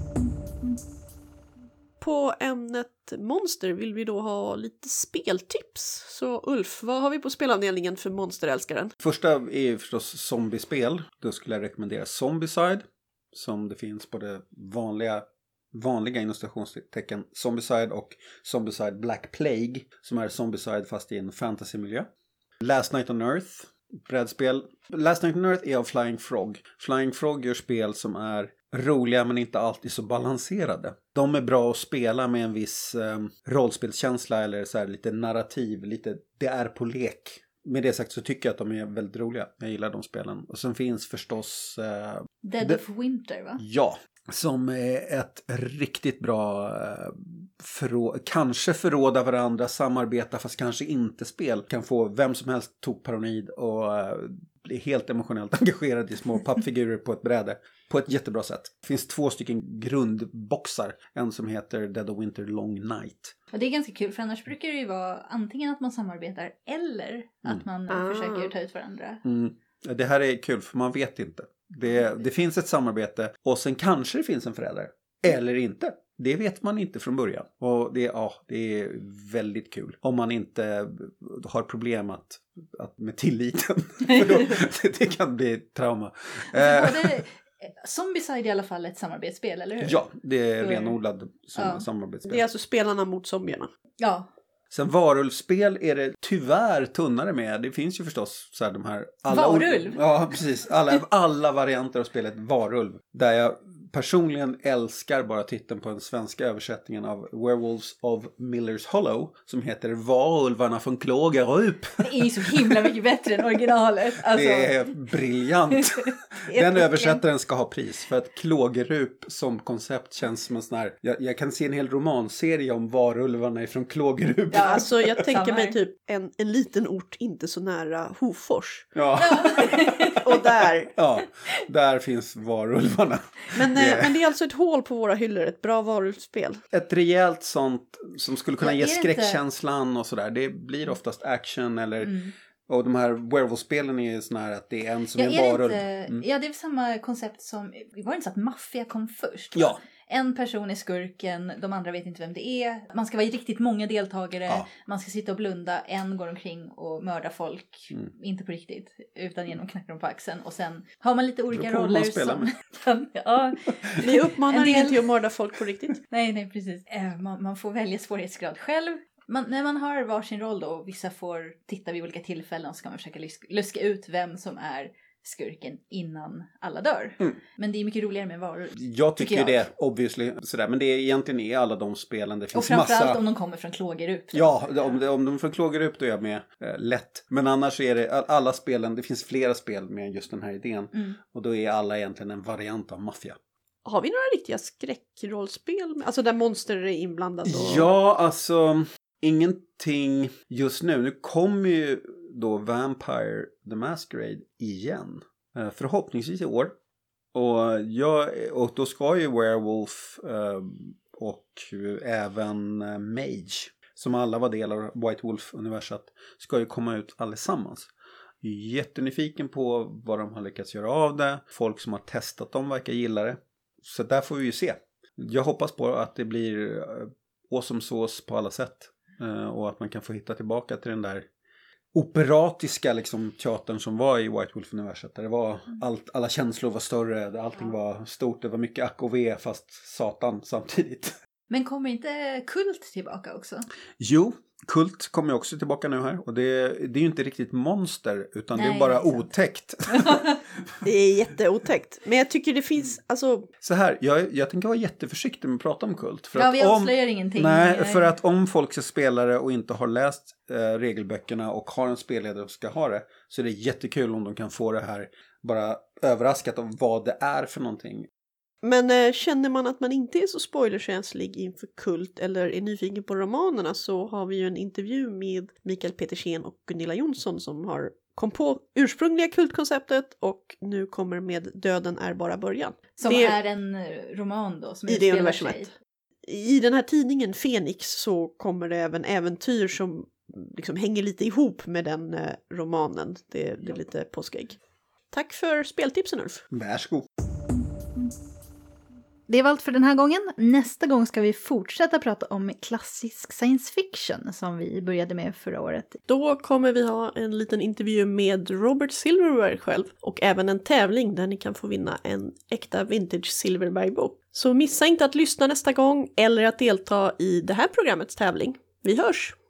På ämnet monster vill vi då ha lite speltips. Så Ulf, vad har vi på spelavdelningen för monsterälskaren? Första är ju förstås zombiespel. Då skulle jag rekommendera Zombicide. Som det finns på det vanliga illustrationstecken Zombicide och Zombicide Black Plague. Som är Zombicide fast i en fantasymiljö. Last Night on Earth. Brädspel. Last Night on Earth är av Flying Frog. Flying Frog gör spel som är roliga men inte alltid så balanserade. De är bra att spela med en viss rollspelskänsla eller så här lite narrativ, lite det är på lek. Med det sagt så tycker jag att de är väldigt roliga. Jag gillar de spelen. Och sen finns förstås Dead of Winter, va? Ja, som är ett riktigt bra kanske förråda varandra, samarbeta fast kanske inte spel. Kan få vem som helst paranoid och bli helt emotionellt engagerad i små pappfigurer på ett bräde. På ett jättebra sätt. Det finns 2 grundboxar. En som heter Dead of Winter Long Night. Och det är ganska kul för annars brukar det ju vara antingen att man samarbetar eller att man försöker ta ut varandra. Det här är kul för man vet inte. Det finns ett samarbete och sen kanske det finns en förälder. Eller inte. Det vet man inte från början. Och det är väldigt kul. Om man inte har problem med tilliten. För då, det kan bli trauma. Zombicide i alla fall ett samarbetsspel, eller hur? Ja, det är renodlad samarbetsspel. Det är alltså spelarna mot zombierna. Ja. Sen varulvspel är det tyvärr tunnare med. Det finns ju förstås så här de här... Varulv? Ja, precis. Alla varianter av spelet varulv. Där jag personligen älskar bara titeln på den svenska översättningen av Werewolves of Miller's Hollow. Som heter Varulvarna från Klågerup. Det är ju så himla mycket bättre än originalet. Alltså... Det är briljant. Den översättaren ska ha pris. För att Klågerup som koncept känns som en sån här... Jag kan se en hel romanserie om varulvarna ifrån Klågerup. Ja, alltså jag tänker mig typ en liten ort inte så nära Hofors. Ja. Och där. Ja, där finns varulvarna. Men det är alltså ett hål på våra hyllor, ett bra varulvsspel. Ett rejält sånt som skulle kunna ge skräckkänslan och sådär. Det blir oftast action eller... Och de här werewolf-spelen är ju sån här att det är en som är en varulv. Ja, det är samma koncept som... Var det inte så att maffia kom först? Ja. En person är skurken, de andra vet inte vem det är. Man ska vara riktigt många deltagare. Man ska sitta och blunda. En går omkring och mördar folk. Inte på riktigt, utan genom knackar dem på axeln. Och sen har man lite olika roller som... Vi uppmanar inte till att mörda folk på riktigt. Nej, precis. Man får välja svårighetsgrad själv. När man har varsin roll då, och vissa får titta vid olika tillfällen, så ska man försöka luska ut vem som är skurken innan alla dör. Men det är mycket roligare med varor. Jag tycker det, obviously, sådär. Men det är egentligen är alla de spelen. Det finns och framförallt om de kommer från Klågerup. Ja, om de är från Klågerup då är jag med lätt. Men annars är det alla spelen, det finns flera spel med just den här idén. Och då är alla egentligen en variant av maffia. Har vi några riktiga skräckrollspel? Alltså där monster är inblandade? Ja, alltså ingenting just nu. Nu kommer ju då Vampire the Masquerade igen. Förhoppningsvis i år. Och då ska ju Werewolf och även Mage, som alla var delar av White Wolf-universat, ska ju komma ut allesammans. Jättenyfiken på vad de har lyckats göra av det. Folk som har testat dem verkar gilla det. Så där får vi ju se. Jag hoppas på att det blir awesome sauce på alla sätt. Och att man kan få hitta tillbaka till den där operatiska liksom, teatern som var i White Wolf-universet. Där det var alla känslor var större. Där allting var stort. Det var mycket ack och ve fast satan samtidigt. Men kommer inte Kult tillbaka också? Jo, Kult kommer ju också tillbaka nu här. Och det är ju inte riktigt monster, utan det är bara det är otäckt. Det är jätteotäckt. Men jag tycker det finns, alltså... Så här, jag tänker vara jätteförsiktig med att prata om kult. För vi avslöjar ingenting. Nej, för att om folk är spelare och inte har läst regelböckerna och har en spelledare och ska ha det, så är det jättekul om de kan få det här bara överraskat om vad det är för någonting. Men känner man att man inte är så spoilerkänslig inför kult eller är nyfiken på romanerna, så har vi ju en intervju med Mikael Petersen och Gunilla Jonsson som kom på ursprungliga kultkonceptet och nu kommer med Döden är bara början. Som är en roman då? Som i det universumet. I den här tidningen Fenix så kommer det även äventyr som liksom hänger lite ihop med den romanen. Det är lite påskägg. Tack för speltipsen, Ulf. Varsågod. Det var allt för den här gången. Nästa gång ska vi fortsätta prata om klassisk science fiction som vi började med förra året. Då kommer vi ha en liten intervju med Robert Silverberg själv och även en tävling där ni kan få vinna en äkta vintage Silverberg-bok. Så missa inte att lyssna nästa gång eller att delta i det här programmets tävling. Vi hörs!